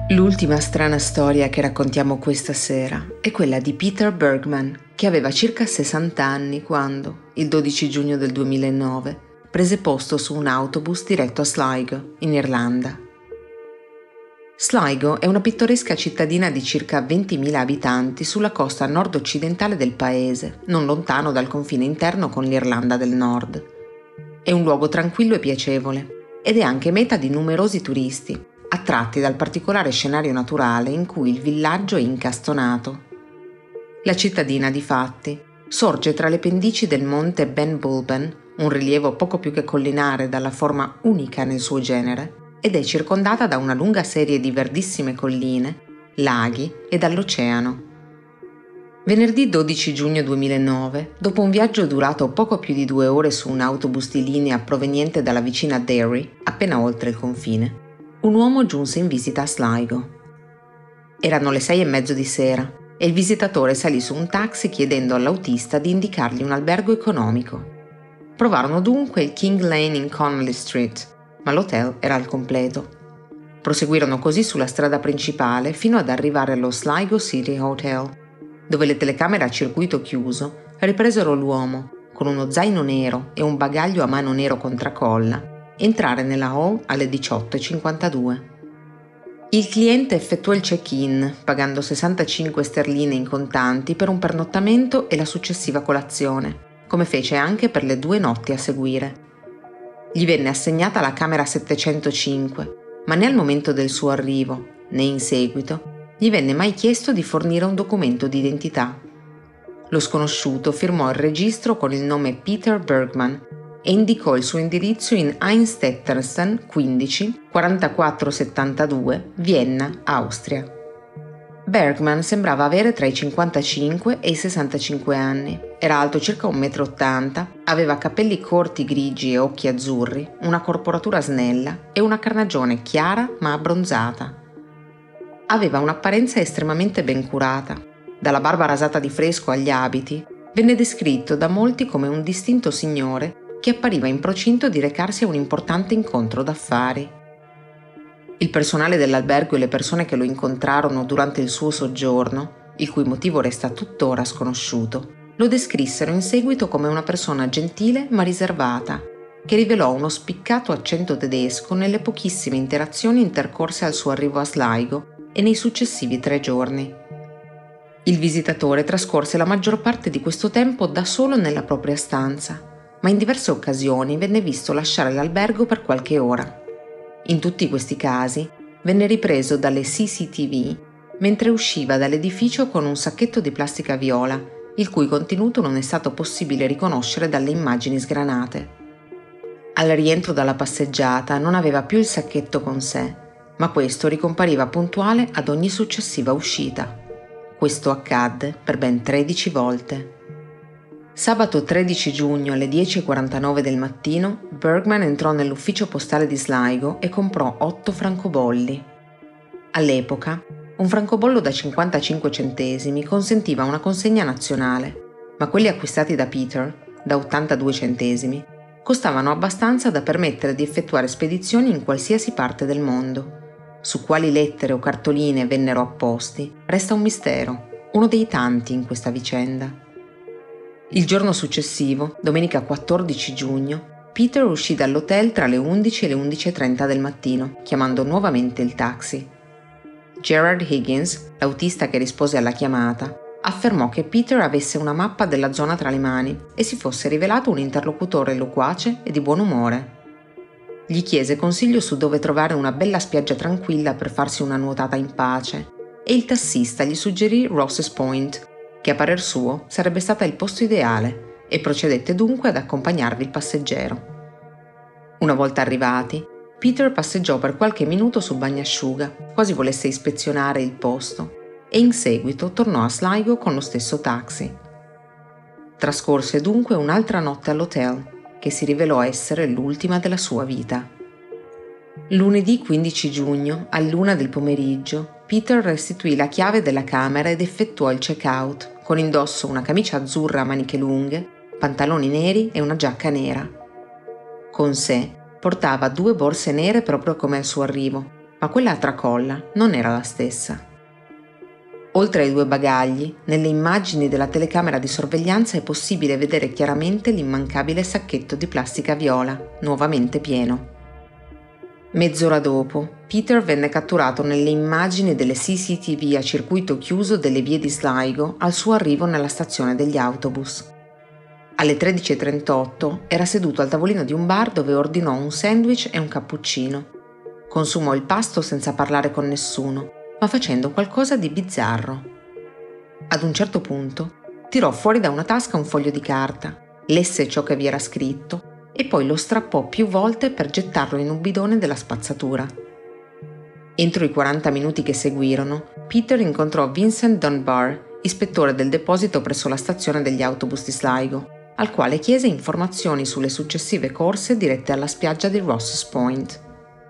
A: L'ultima strana storia che raccontiamo questa sera è quella di Peter Bergman, che aveva circa 60 anni quando, il 12 giugno del 2009, prese posto su un autobus diretto a Sligo, in Irlanda. Sligo è una pittoresca cittadina di circa 20.000 abitanti sulla costa nord-occidentale del paese, non lontano dal confine interno con l'Irlanda del Nord. È un luogo tranquillo e piacevole ed è anche meta di numerosi turisti, attratti dal particolare scenario naturale in cui il villaggio è incastonato. La cittadina, difatti, sorge tra le pendici del monte Ben Bulben, un rilievo poco più che collinare dalla forma unica nel suo genere, ed è circondata da una lunga serie di verdissime colline, laghi e dall'oceano. Venerdì 12 giugno 2009, dopo un viaggio durato poco più di 2 ore su un autobus di linea proveniente dalla vicina Derry, appena oltre il confine, un uomo giunse in visita a Sligo. Erano le 6:30 di sera e il visitatore salì su un taxi chiedendo all'autista di indicargli un albergo economico. Provarono dunque il King Lane in Connolly Street, ma l'hotel era al completo. Proseguirono così sulla strada principale fino ad arrivare allo Sligo City Hotel, dove le telecamere a circuito chiuso ripresero l'uomo, con uno zaino nero e un bagaglio a mano nero con tracolla, entrare nella hall alle 18:52. Il cliente effettuò il check-in, pagando 65 sterline in contanti per un pernottamento e la successiva colazione, come fece anche per le 2 notti a seguire. Gli venne assegnata la camera 705, ma né al momento del suo arrivo, né in seguito, gli venne mai chiesto di fornire un documento d'identità. Lo sconosciuto firmò il registro con il nome Peter Bergman e indicò il suo indirizzo in Einstettersten 15 4472, Vienna, Austria. Bergman sembrava avere tra i 55 e i 65 anni. Era alto circa 1,80 m, aveva capelli corti grigi e occhi azzurri, una corporatura snella e una carnagione chiara ma abbronzata. Aveva un'apparenza estremamente ben curata. Dalla barba rasata di fresco agli abiti, venne descritto da molti come un distinto signore che appariva in procinto di recarsi a un importante incontro d'affari. Il personale dell'albergo e le persone che lo incontrarono durante il suo soggiorno, il cui motivo resta tuttora sconosciuto, lo descrissero in seguito come una persona gentile ma riservata, che rivelò uno spiccato accento tedesco nelle pochissime interazioni intercorse al suo arrivo a Sligo e nei successivi 3 giorni. Il visitatore trascorse la maggior parte di questo tempo da solo nella propria stanza, ma in diverse occasioni venne visto lasciare l'albergo per qualche ora. In tutti questi casi venne ripreso dalle CCTV mentre usciva dall'edificio con un sacchetto di plastica viola, il cui contenuto non è stato possibile riconoscere dalle immagini sgranate. Al rientro dalla passeggiata non aveva più il sacchetto con sé, ma questo ricompariva puntuale ad ogni successiva uscita. Questo accadde per ben 13 volte. Sabato 13 giugno alle 10:49 del mattino, Bergman entrò nell'ufficio postale di Sligo e comprò 8 francobolli. All'epoca, un francobollo da 55 centesimi consentiva una consegna nazionale, ma quelli acquistati da Peter, da 82 centesimi, costavano abbastanza da permettere di effettuare spedizioni in qualsiasi parte del mondo. Su quali lettere o cartoline vennero apposti resta un mistero, uno dei tanti in questa vicenda. Il giorno successivo, domenica 14 giugno, Peter uscì dall'hotel tra le 11 e le 11:30 del mattino, chiamando nuovamente il taxi. Gerard Higgins, l'autista che rispose alla chiamata, affermò che Peter avesse una mappa della zona tra le mani e si fosse rivelato un interlocutore loquace e di buon umore. Gli chiese consiglio su dove trovare una bella spiaggia tranquilla per farsi una nuotata in pace e il tassista gli suggerì Rosses Point, che a parer suo sarebbe stata il posto ideale, e procedette dunque ad accompagnarvi il passeggero. Una volta arrivati, Peter passeggiò per qualche minuto sul bagnasciuga, quasi volesse ispezionare il posto, e in seguito tornò a Sligo con lo stesso taxi. Trascorse dunque un'altra notte all'hotel, che si rivelò essere l'ultima della sua vita. Lunedì 15 giugno, all'1 del pomeriggio, Peter restituì la chiave della camera ed effettuò il check-out, con indosso una camicia azzurra a maniche lunghe, pantaloni neri e una giacca nera. Con sé portava 2 borse nere proprio come al suo arrivo, ma quella a tracolla non era la stessa. Oltre ai 2 bagagli, nelle immagini della telecamera di sorveglianza è possibile vedere chiaramente l'immancabile sacchetto di plastica viola, nuovamente pieno. Mezz'ora dopo, Peter venne catturato nelle immagini delle CCTV a circuito chiuso delle vie di Sligo al suo arrivo nella stazione degli autobus. Alle 13:38 era seduto al tavolino di un bar dove ordinò un sandwich e un cappuccino. Consumò il pasto senza parlare con nessuno, ma facendo qualcosa di bizzarro. Ad un certo punto tirò fuori da una tasca un foglio di carta, lesse ciò che vi era scritto e poi lo strappò più volte per gettarlo in un bidone della spazzatura. Entro i 40 minuti che seguirono, Peter incontrò Vincent Dunbar, ispettore del deposito presso la stazione degli autobus di Sligo, al quale chiese informazioni sulle successive corse dirette alla spiaggia di Rosses Point.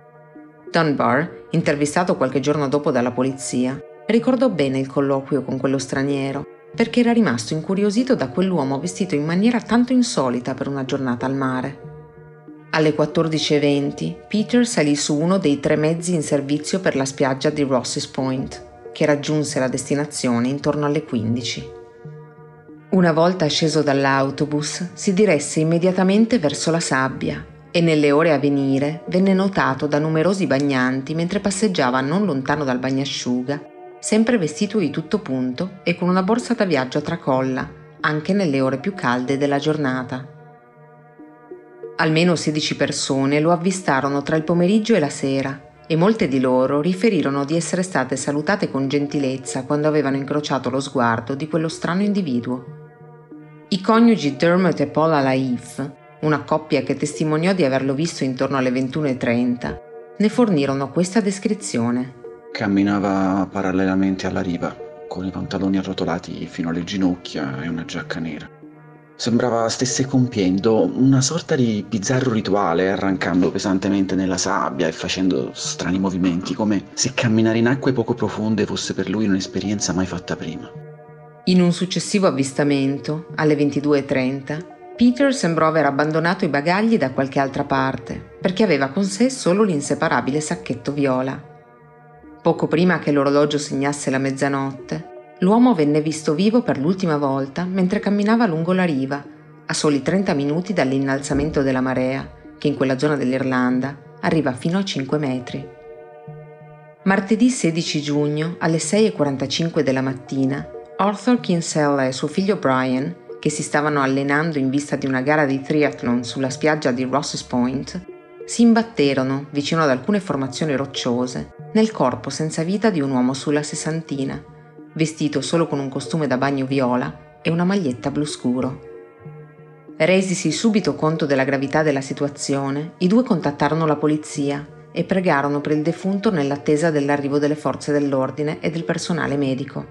A: Dunbar, intervistato qualche giorno dopo dalla polizia, ricordò bene il colloquio con quello straniero, perché era rimasto incuriosito da quell'uomo vestito in maniera tanto insolita per una giornata al mare. Alle 14:20 Peter salì su uno dei 3 mezzi in servizio per la spiaggia di Rosses Point, che raggiunse la destinazione intorno alle 15. Una volta sceso dall'autobus, si diresse immediatamente verso la sabbia e nelle ore a venire venne notato da numerosi bagnanti mentre passeggiava non lontano dal bagnasciuga, sempre vestito di tutto punto e con una borsa da viaggio a tracolla, anche nelle ore più calde della giornata. Almeno 16 persone lo avvistarono tra il pomeriggio e la sera e molte di loro riferirono di essere state salutate con gentilezza quando avevano incrociato lo sguardo di quello strano individuo. I coniugi Dermot e Paula Laif, una coppia che testimoniò di averlo visto intorno alle 21:30, ne fornirono questa descrizione.
H: Camminava parallelamente alla riva, con i pantaloni arrotolati fino alle ginocchia e una giacca nera. Sembrava stesse compiendo una sorta di bizzarro rituale, arrancando pesantemente nella sabbia e facendo strani movimenti, come se camminare in acque poco profonde fosse per lui un'esperienza mai fatta prima.
A: In un successivo avvistamento, alle 22:30, Peter sembrò aver abbandonato i bagagli da qualche altra parte, perché aveva con sé solo l'inseparabile sacchetto viola. Poco prima che l'orologio segnasse la mezzanotte, l'uomo venne visto vivo per l'ultima volta mentre camminava lungo la riva, a soli 30 minuti dall'innalzamento della marea, che in quella zona dell'Irlanda arriva fino a 5 metri. Martedì 16 giugno, alle 6:45 della mattina, Arthur Kinsella e suo figlio Brian, che si stavano allenando in vista di una gara di triathlon sulla spiaggia di Rosses Point, si imbatterono, vicino ad alcune formazioni rocciose, nel corpo senza vita di un uomo sulla sessantina, vestito solo con un costume da bagno viola e una maglietta blu scuro. Resisi subito conto della gravità della situazione, i 2 contattarono la polizia e pregarono per il defunto nell'attesa dell'arrivo delle forze dell'ordine e del personale medico.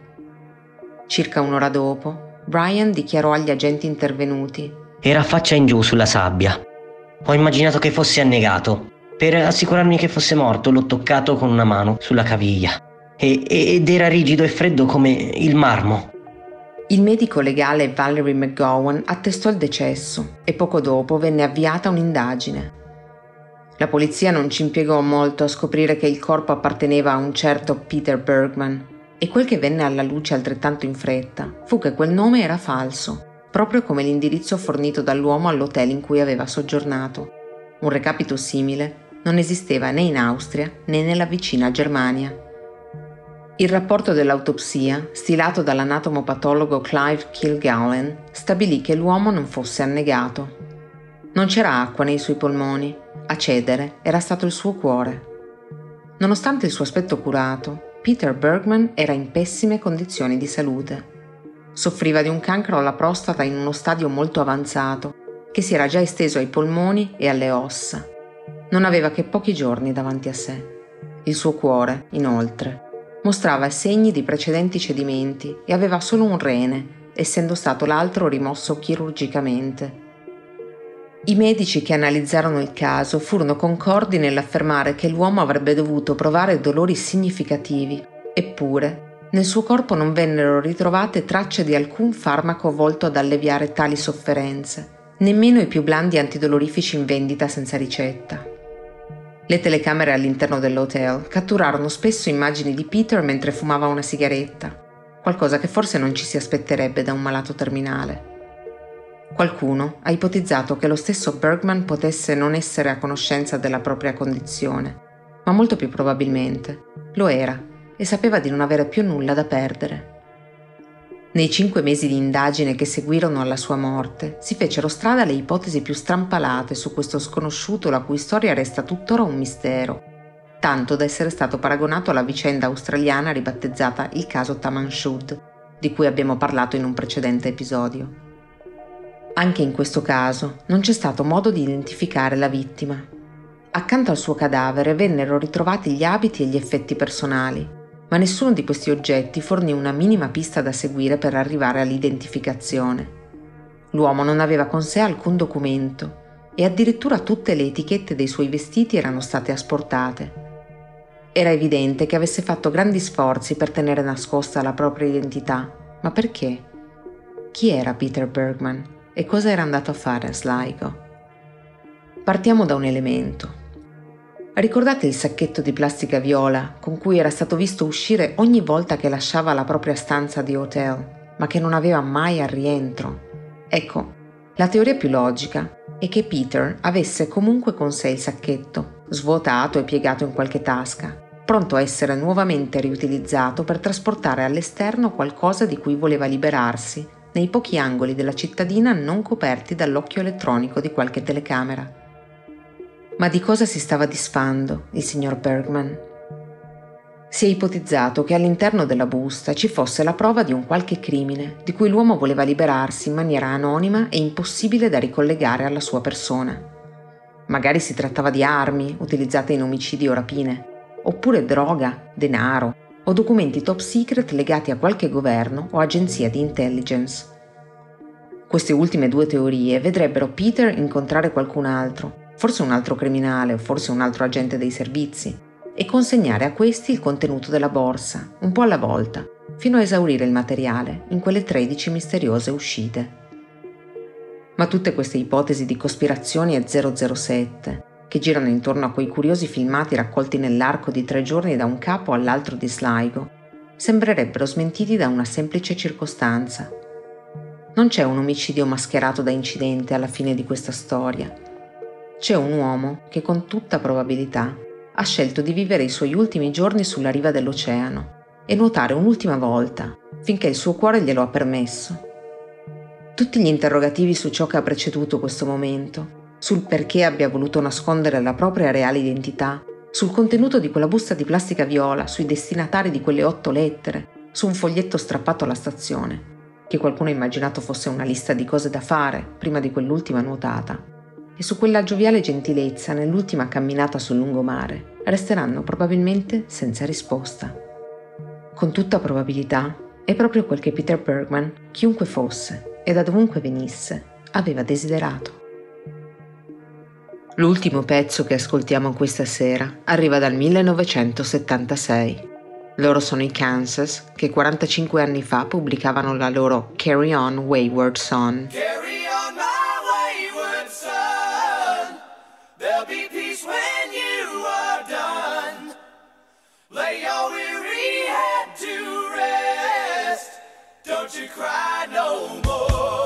A: Circa un'ora dopo, Brian dichiarò agli agenti intervenuti:
I: Era faccia in giù sulla sabbia. Ho immaginato che fosse annegato. Per assicurarmi che fosse morto l'ho toccato con una mano sulla caviglia ed era rigido e freddo come il marmo.
A: Il medico legale Valerie McGowan attestò il decesso e poco dopo venne avviata un'indagine. La polizia non ci impiegò molto a scoprire che il corpo apparteneva a un certo Peter Bergman, e quel che venne alla luce altrettanto in fretta fu che quel nome era falso, proprio come l'indirizzo fornito dall'uomo all'hotel in cui aveva soggiornato. Un recapito simile non esisteva né in Austria né nella vicina Germania. Il rapporto dell'autopsia, stilato dall'anatomopatologo Clive Kilgallen, stabilì che l'uomo non fosse annegato. Non c'era acqua nei suoi polmoni, a cedere era stato il suo cuore. Nonostante il suo aspetto curato, Peter Bergman era in pessime condizioni di salute. Soffriva di un cancro alla prostata in uno stadio molto avanzato, che si era già esteso ai polmoni e alle ossa. Non aveva che pochi giorni davanti a sé. Il suo cuore, inoltre, mostrava segni di precedenti cedimenti e aveva solo un rene, essendo stato l'altro rimosso chirurgicamente. I medici che analizzarono il caso furono concordi nell'affermare che l'uomo avrebbe dovuto provare dolori significativi, eppure nel suo corpo non vennero ritrovate tracce di alcun farmaco volto ad alleviare tali sofferenze, nemmeno i più blandi antidolorifici in vendita senza ricetta. Le telecamere all'interno dell'hotel catturarono spesso immagini di Peter mentre fumava una sigaretta, qualcosa che forse non ci si aspetterebbe da un malato terminale. Qualcuno ha ipotizzato che lo stesso Bergman potesse non essere a conoscenza della propria condizione, ma molto più probabilmente lo era e sapeva di non avere più nulla da perdere. Nei 5 mesi di indagine che seguirono alla sua morte, si fecero strada le ipotesi più strampalate su questo sconosciuto la cui storia resta tuttora un mistero, tanto da essere stato paragonato alla vicenda australiana ribattezzata il caso Taman Shud, di cui abbiamo parlato in un precedente episodio. Anche in questo caso non c'è stato modo di identificare la vittima. Accanto al suo cadavere vennero ritrovati gli abiti e gli effetti personali, ma nessuno di questi oggetti fornì una minima pista da seguire per arrivare all'identificazione. L'uomo non aveva con sé alcun documento e addirittura tutte le etichette dei suoi vestiti erano state asportate. Era evidente che avesse fatto grandi sforzi per tenere nascosta la propria identità, ma perché? Chi era Peter Bergman e cosa era andato a fare a Sligo? Partiamo da un elemento. Ricordate il sacchetto di plastica viola con cui era stato visto uscire ogni volta che lasciava la propria stanza di hotel, ma che non aveva mai al rientro? Ecco, la teoria più logica è che Peter avesse comunque con sé il sacchetto, svuotato e piegato in qualche tasca, pronto a essere nuovamente riutilizzato per trasportare all'esterno qualcosa di cui voleva liberarsi nei pochi angoli della cittadina non coperti dall'occhio elettronico di qualche telecamera. Ma di cosa si stava disfando il signor Bergman? Si è ipotizzato che all'interno della busta ci fosse la prova di un qualche crimine di cui l'uomo voleva liberarsi in maniera anonima e impossibile da ricollegare alla sua persona. Magari si trattava di armi utilizzate in omicidi o rapine, oppure droga, denaro o documenti top secret legati a qualche governo o agenzia di intelligence. Queste ultime 2 teorie vedrebbero Peter incontrare qualcun altro, forse un altro criminale o forse un altro agente dei servizi, e consegnare a questi il contenuto della borsa, un po' alla volta, fino a esaurire il materiale in quelle 13 misteriose uscite. Ma tutte queste ipotesi di cospirazioni e 007, che girano intorno a quei curiosi filmati raccolti nell'arco di 3 giorni da un capo all'altro di Sligo, sembrerebbero smentiti da una semplice circostanza. Non c'è un omicidio mascherato da incidente alla fine di questa storia. C'è un uomo che con tutta probabilità ha scelto di vivere i suoi ultimi giorni sulla riva dell'oceano e nuotare un'ultima volta, finché il suo cuore glielo ha permesso. Tutti gli interrogativi su ciò che ha preceduto questo momento, sul perché abbia voluto nascondere la propria reale identità, sul contenuto di quella busta di plastica viola, sui destinatari di quelle 8 lettere, su un foglietto strappato alla stazione, che qualcuno ha immaginato fosse una lista di cose da fare prima di quell'ultima nuotata, e su quella gioviale gentilezza nell'ultima camminata sul lungomare, resteranno probabilmente senza risposta. Con tutta probabilità è proprio quel che Peter Bergman, chiunque fosse e da dovunque venisse, aveva desiderato. L'ultimo pezzo che ascoltiamo questa sera arriva dal 1976. Loro sono i Kansas, che 45 anni fa pubblicavano la loro Carry On Wayward Son.
B: Carry on my wayward son. There'll be peace when you are done. Lay your weary head to rest. Don't you cry no more.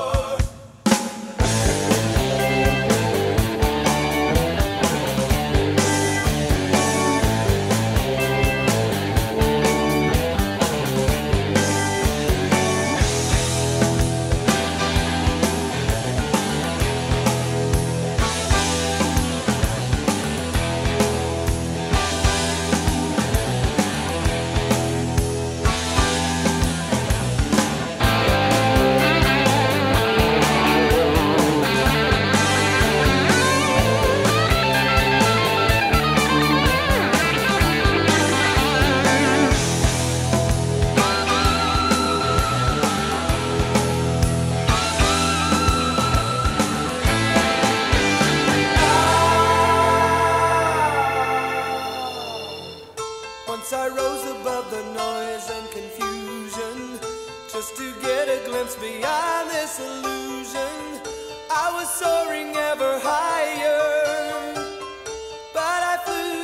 B: Once I rose above the noise and confusion, just to get a glimpse beyond this illusion. I was soaring ever higher, but I flew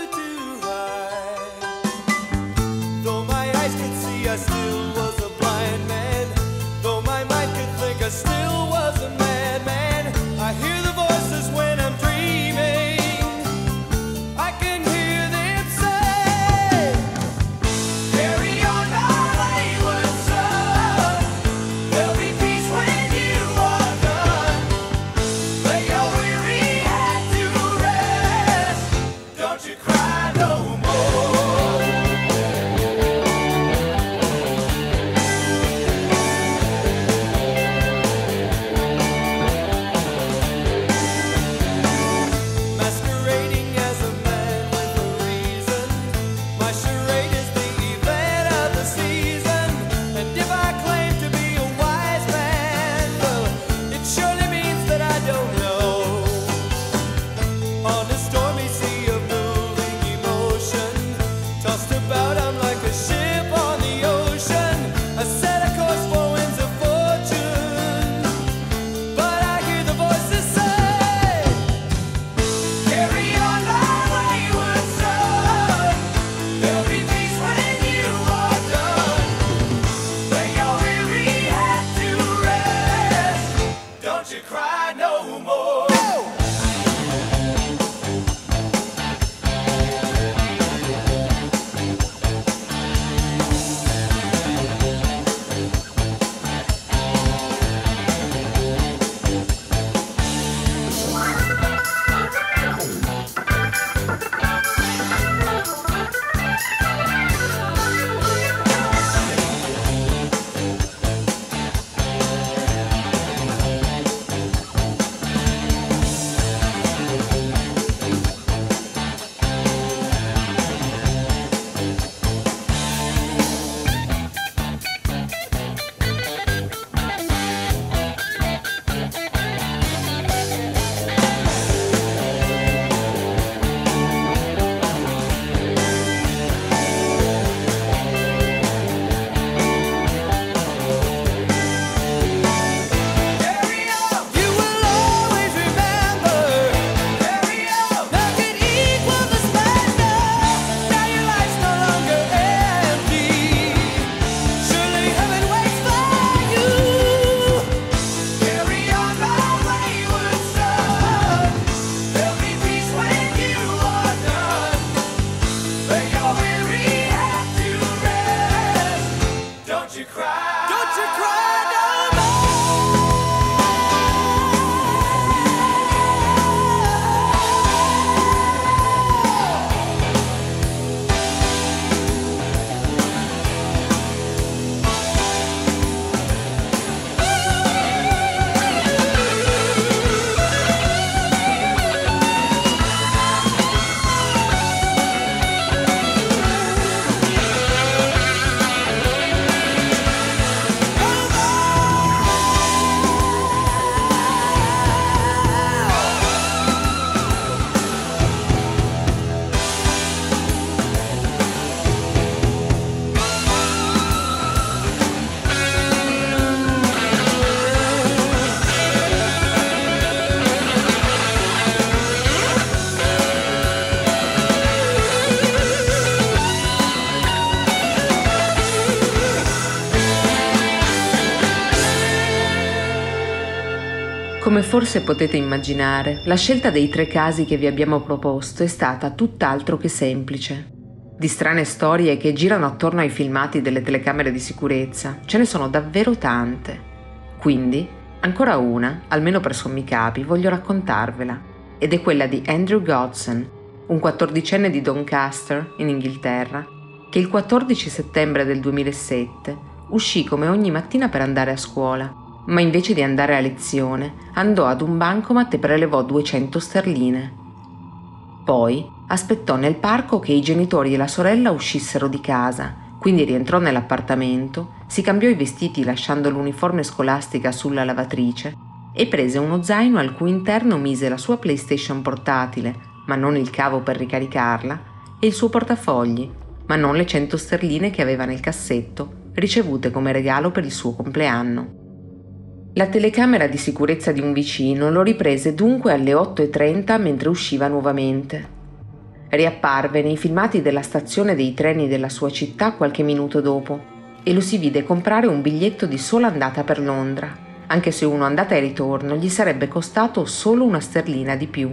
A: Come forse potete immaginare, la scelta dei 3 casi che vi abbiamo proposto è stata tutt'altro che semplice. Di strane storie che girano attorno ai filmati delle telecamere di sicurezza ce ne sono davvero tante. Quindi, ancora una, almeno per sommi capi, voglio raccontarvela, ed è quella di Andrew Godson, un 14enne di Doncaster, in Inghilterra, che il 14 settembre del 2007 uscì come ogni mattina per andare a scuola, ma invece di andare a lezione andò ad un bancomat e prelevò 200 sterline. Poi aspettò nel parco che i genitori e la sorella uscissero di casa, quindi rientrò nell'appartamento, si cambiò i vestiti lasciando l'uniforme scolastica sulla lavatrice e prese uno zaino al cui interno mise la sua PlayStation portatile, ma non il cavo per ricaricarla, e il suo portafogli, ma non le 100 sterline che aveva nel cassetto, ricevute come regalo per il suo compleanno. La telecamera di sicurezza di un vicino lo riprese dunque alle 8:30 mentre usciva nuovamente. Riapparve nei filmati della stazione dei treni della sua città qualche minuto dopo e lo si vide comprare un biglietto di sola andata per Londra, anche se uno andata e ritorno gli sarebbe costato solo 1 sterlina di più.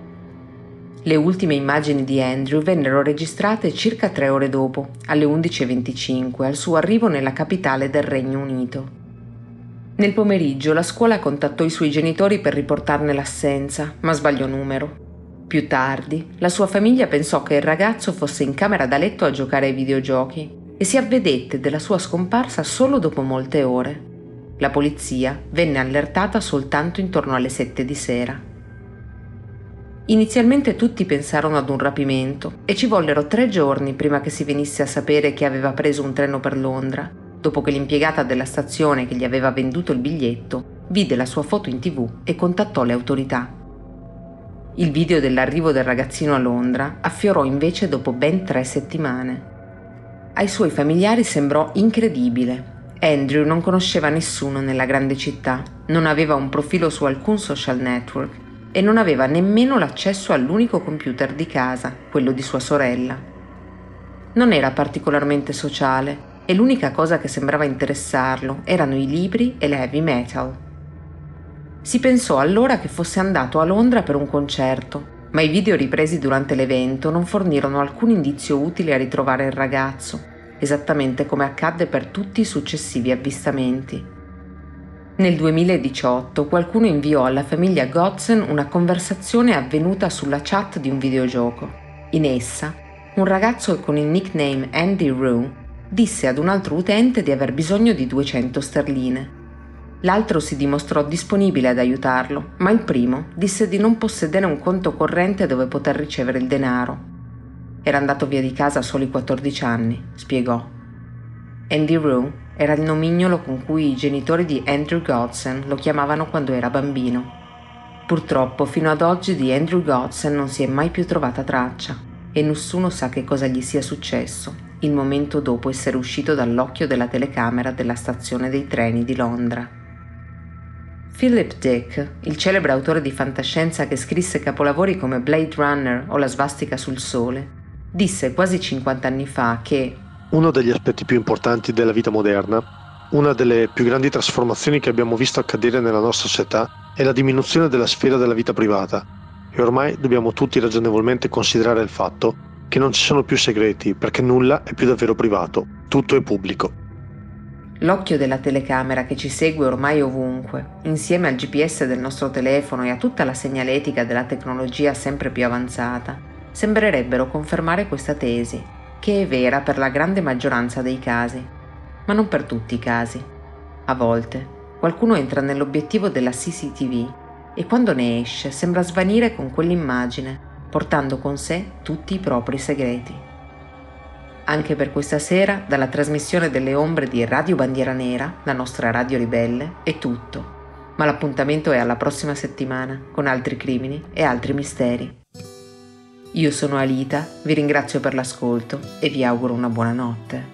A: Le ultime immagini di Andrew vennero registrate circa 3 ore dopo, alle 11:25, al suo arrivo nella capitale del Regno Unito. Nel pomeriggio la scuola contattò i suoi genitori per riportarne l'assenza, ma sbagliò numero. Più tardi, la sua famiglia pensò che il ragazzo fosse in camera da letto a giocare ai videogiochi e si avvedette della sua scomparsa solo dopo molte ore. La polizia venne allertata soltanto intorno alle 7 di sera. Inizialmente tutti pensarono ad un rapimento e ci vollero 3 giorni prima che si venisse a sapere che aveva preso un treno per Londra, dopo che l'impiegata della stazione che gli aveva venduto il biglietto vide la sua foto in TV e contattò le autorità. Il video dell'arrivo del ragazzino a Londra affiorò invece dopo ben 3 settimane. Ai suoi familiari sembrò incredibile. Andrew non conosceva nessuno nella grande città, non aveva un profilo su alcun social network e non aveva nemmeno l'accesso all'unico computer di casa, quello di sua sorella. Non era particolarmente sociale e l'unica cosa che sembrava interessarlo erano i libri e l'heavy metal. Si pensò allora che fosse andato a Londra per un concerto, ma i video ripresi durante l'evento non fornirono alcun indizio utile a ritrovare il ragazzo, esattamente come accadde per tutti i successivi avvistamenti. Nel 2018 qualcuno inviò alla famiglia Godson una conversazione avvenuta sulla chat di un videogioco. In essa, un ragazzo con il nickname Andy Rue disse ad un altro utente di aver bisogno di 200 sterline. L'altro si dimostrò disponibile ad aiutarlo, ma il primo disse di non possedere un conto corrente dove poter ricevere il denaro. Era andato via di casa a soli 14 anni, spiegò. Andy Rue era il nomignolo con cui i genitori di Andrew Godson lo chiamavano quando era bambino. Purtroppo fino ad oggi di Andrew Godson non si è mai più trovata traccia e nessuno sa che cosa gli sia successo il momento dopo essere uscito dall'occhio della telecamera della stazione dei treni di Londra. Philip Dick, il celebre autore di fantascienza che scrisse capolavori come Blade Runner o La svastica sul sole, disse quasi 50 anni fa che
J: uno degli aspetti più importanti della vita moderna, una delle più grandi trasformazioni che abbiamo visto accadere nella nostra società, è la diminuzione della sfera della vita privata, e ormai dobbiamo tutti ragionevolmente considerare il fatto che non ci sono più segreti, perché nulla è più davvero privato, tutto è pubblico.
A: L'occhio della telecamera che ci segue ormai ovunque, insieme al GPS del nostro telefono e a tutta la segnaletica della tecnologia sempre più avanzata, sembrerebbero confermare questa tesi, che è vera per la grande maggioranza dei casi, ma non per tutti i casi. A volte, qualcuno entra nell'obiettivo della CCTV e quando ne esce sembra svanire con quell'immagine, portando con sé tutti i propri segreti. Anche per questa sera, dalla trasmissione delle ombre di Radio Bandiera Nera, la nostra radio ribelle, è tutto. Ma l'appuntamento è alla prossima settimana, con altri crimini e altri misteri. Io sono Alita, vi ringrazio per l'ascolto e vi auguro una buona notte.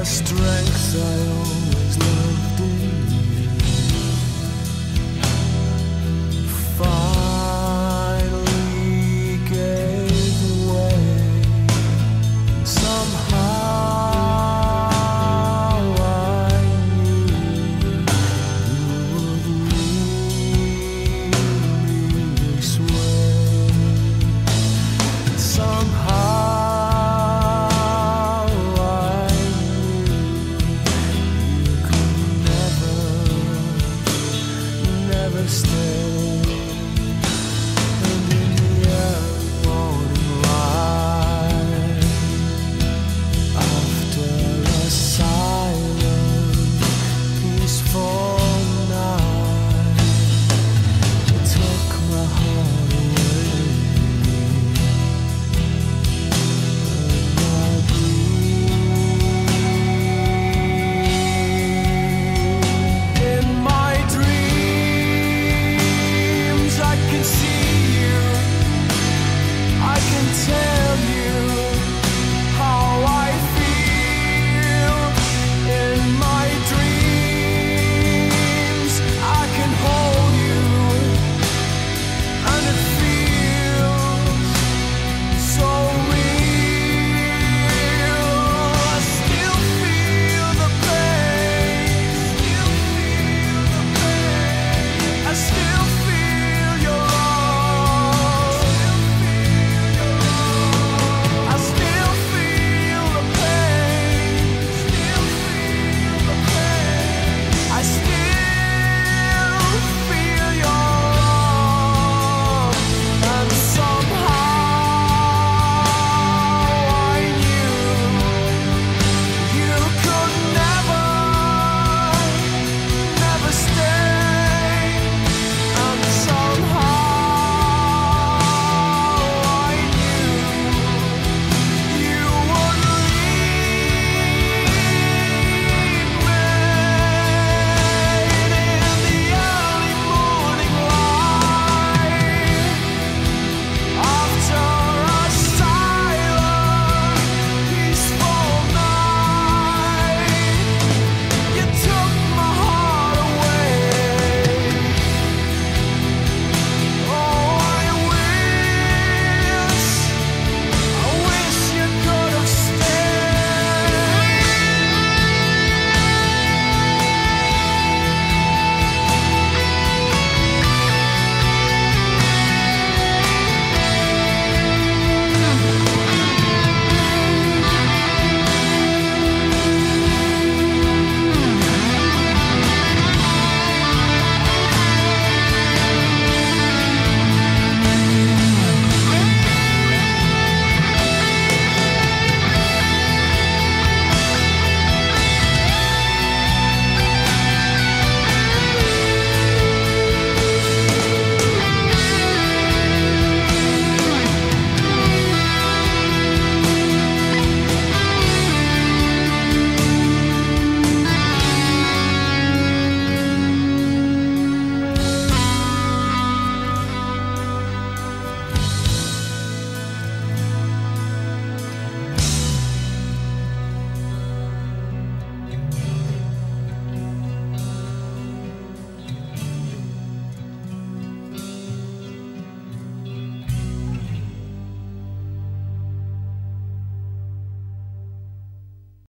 B: strength I own.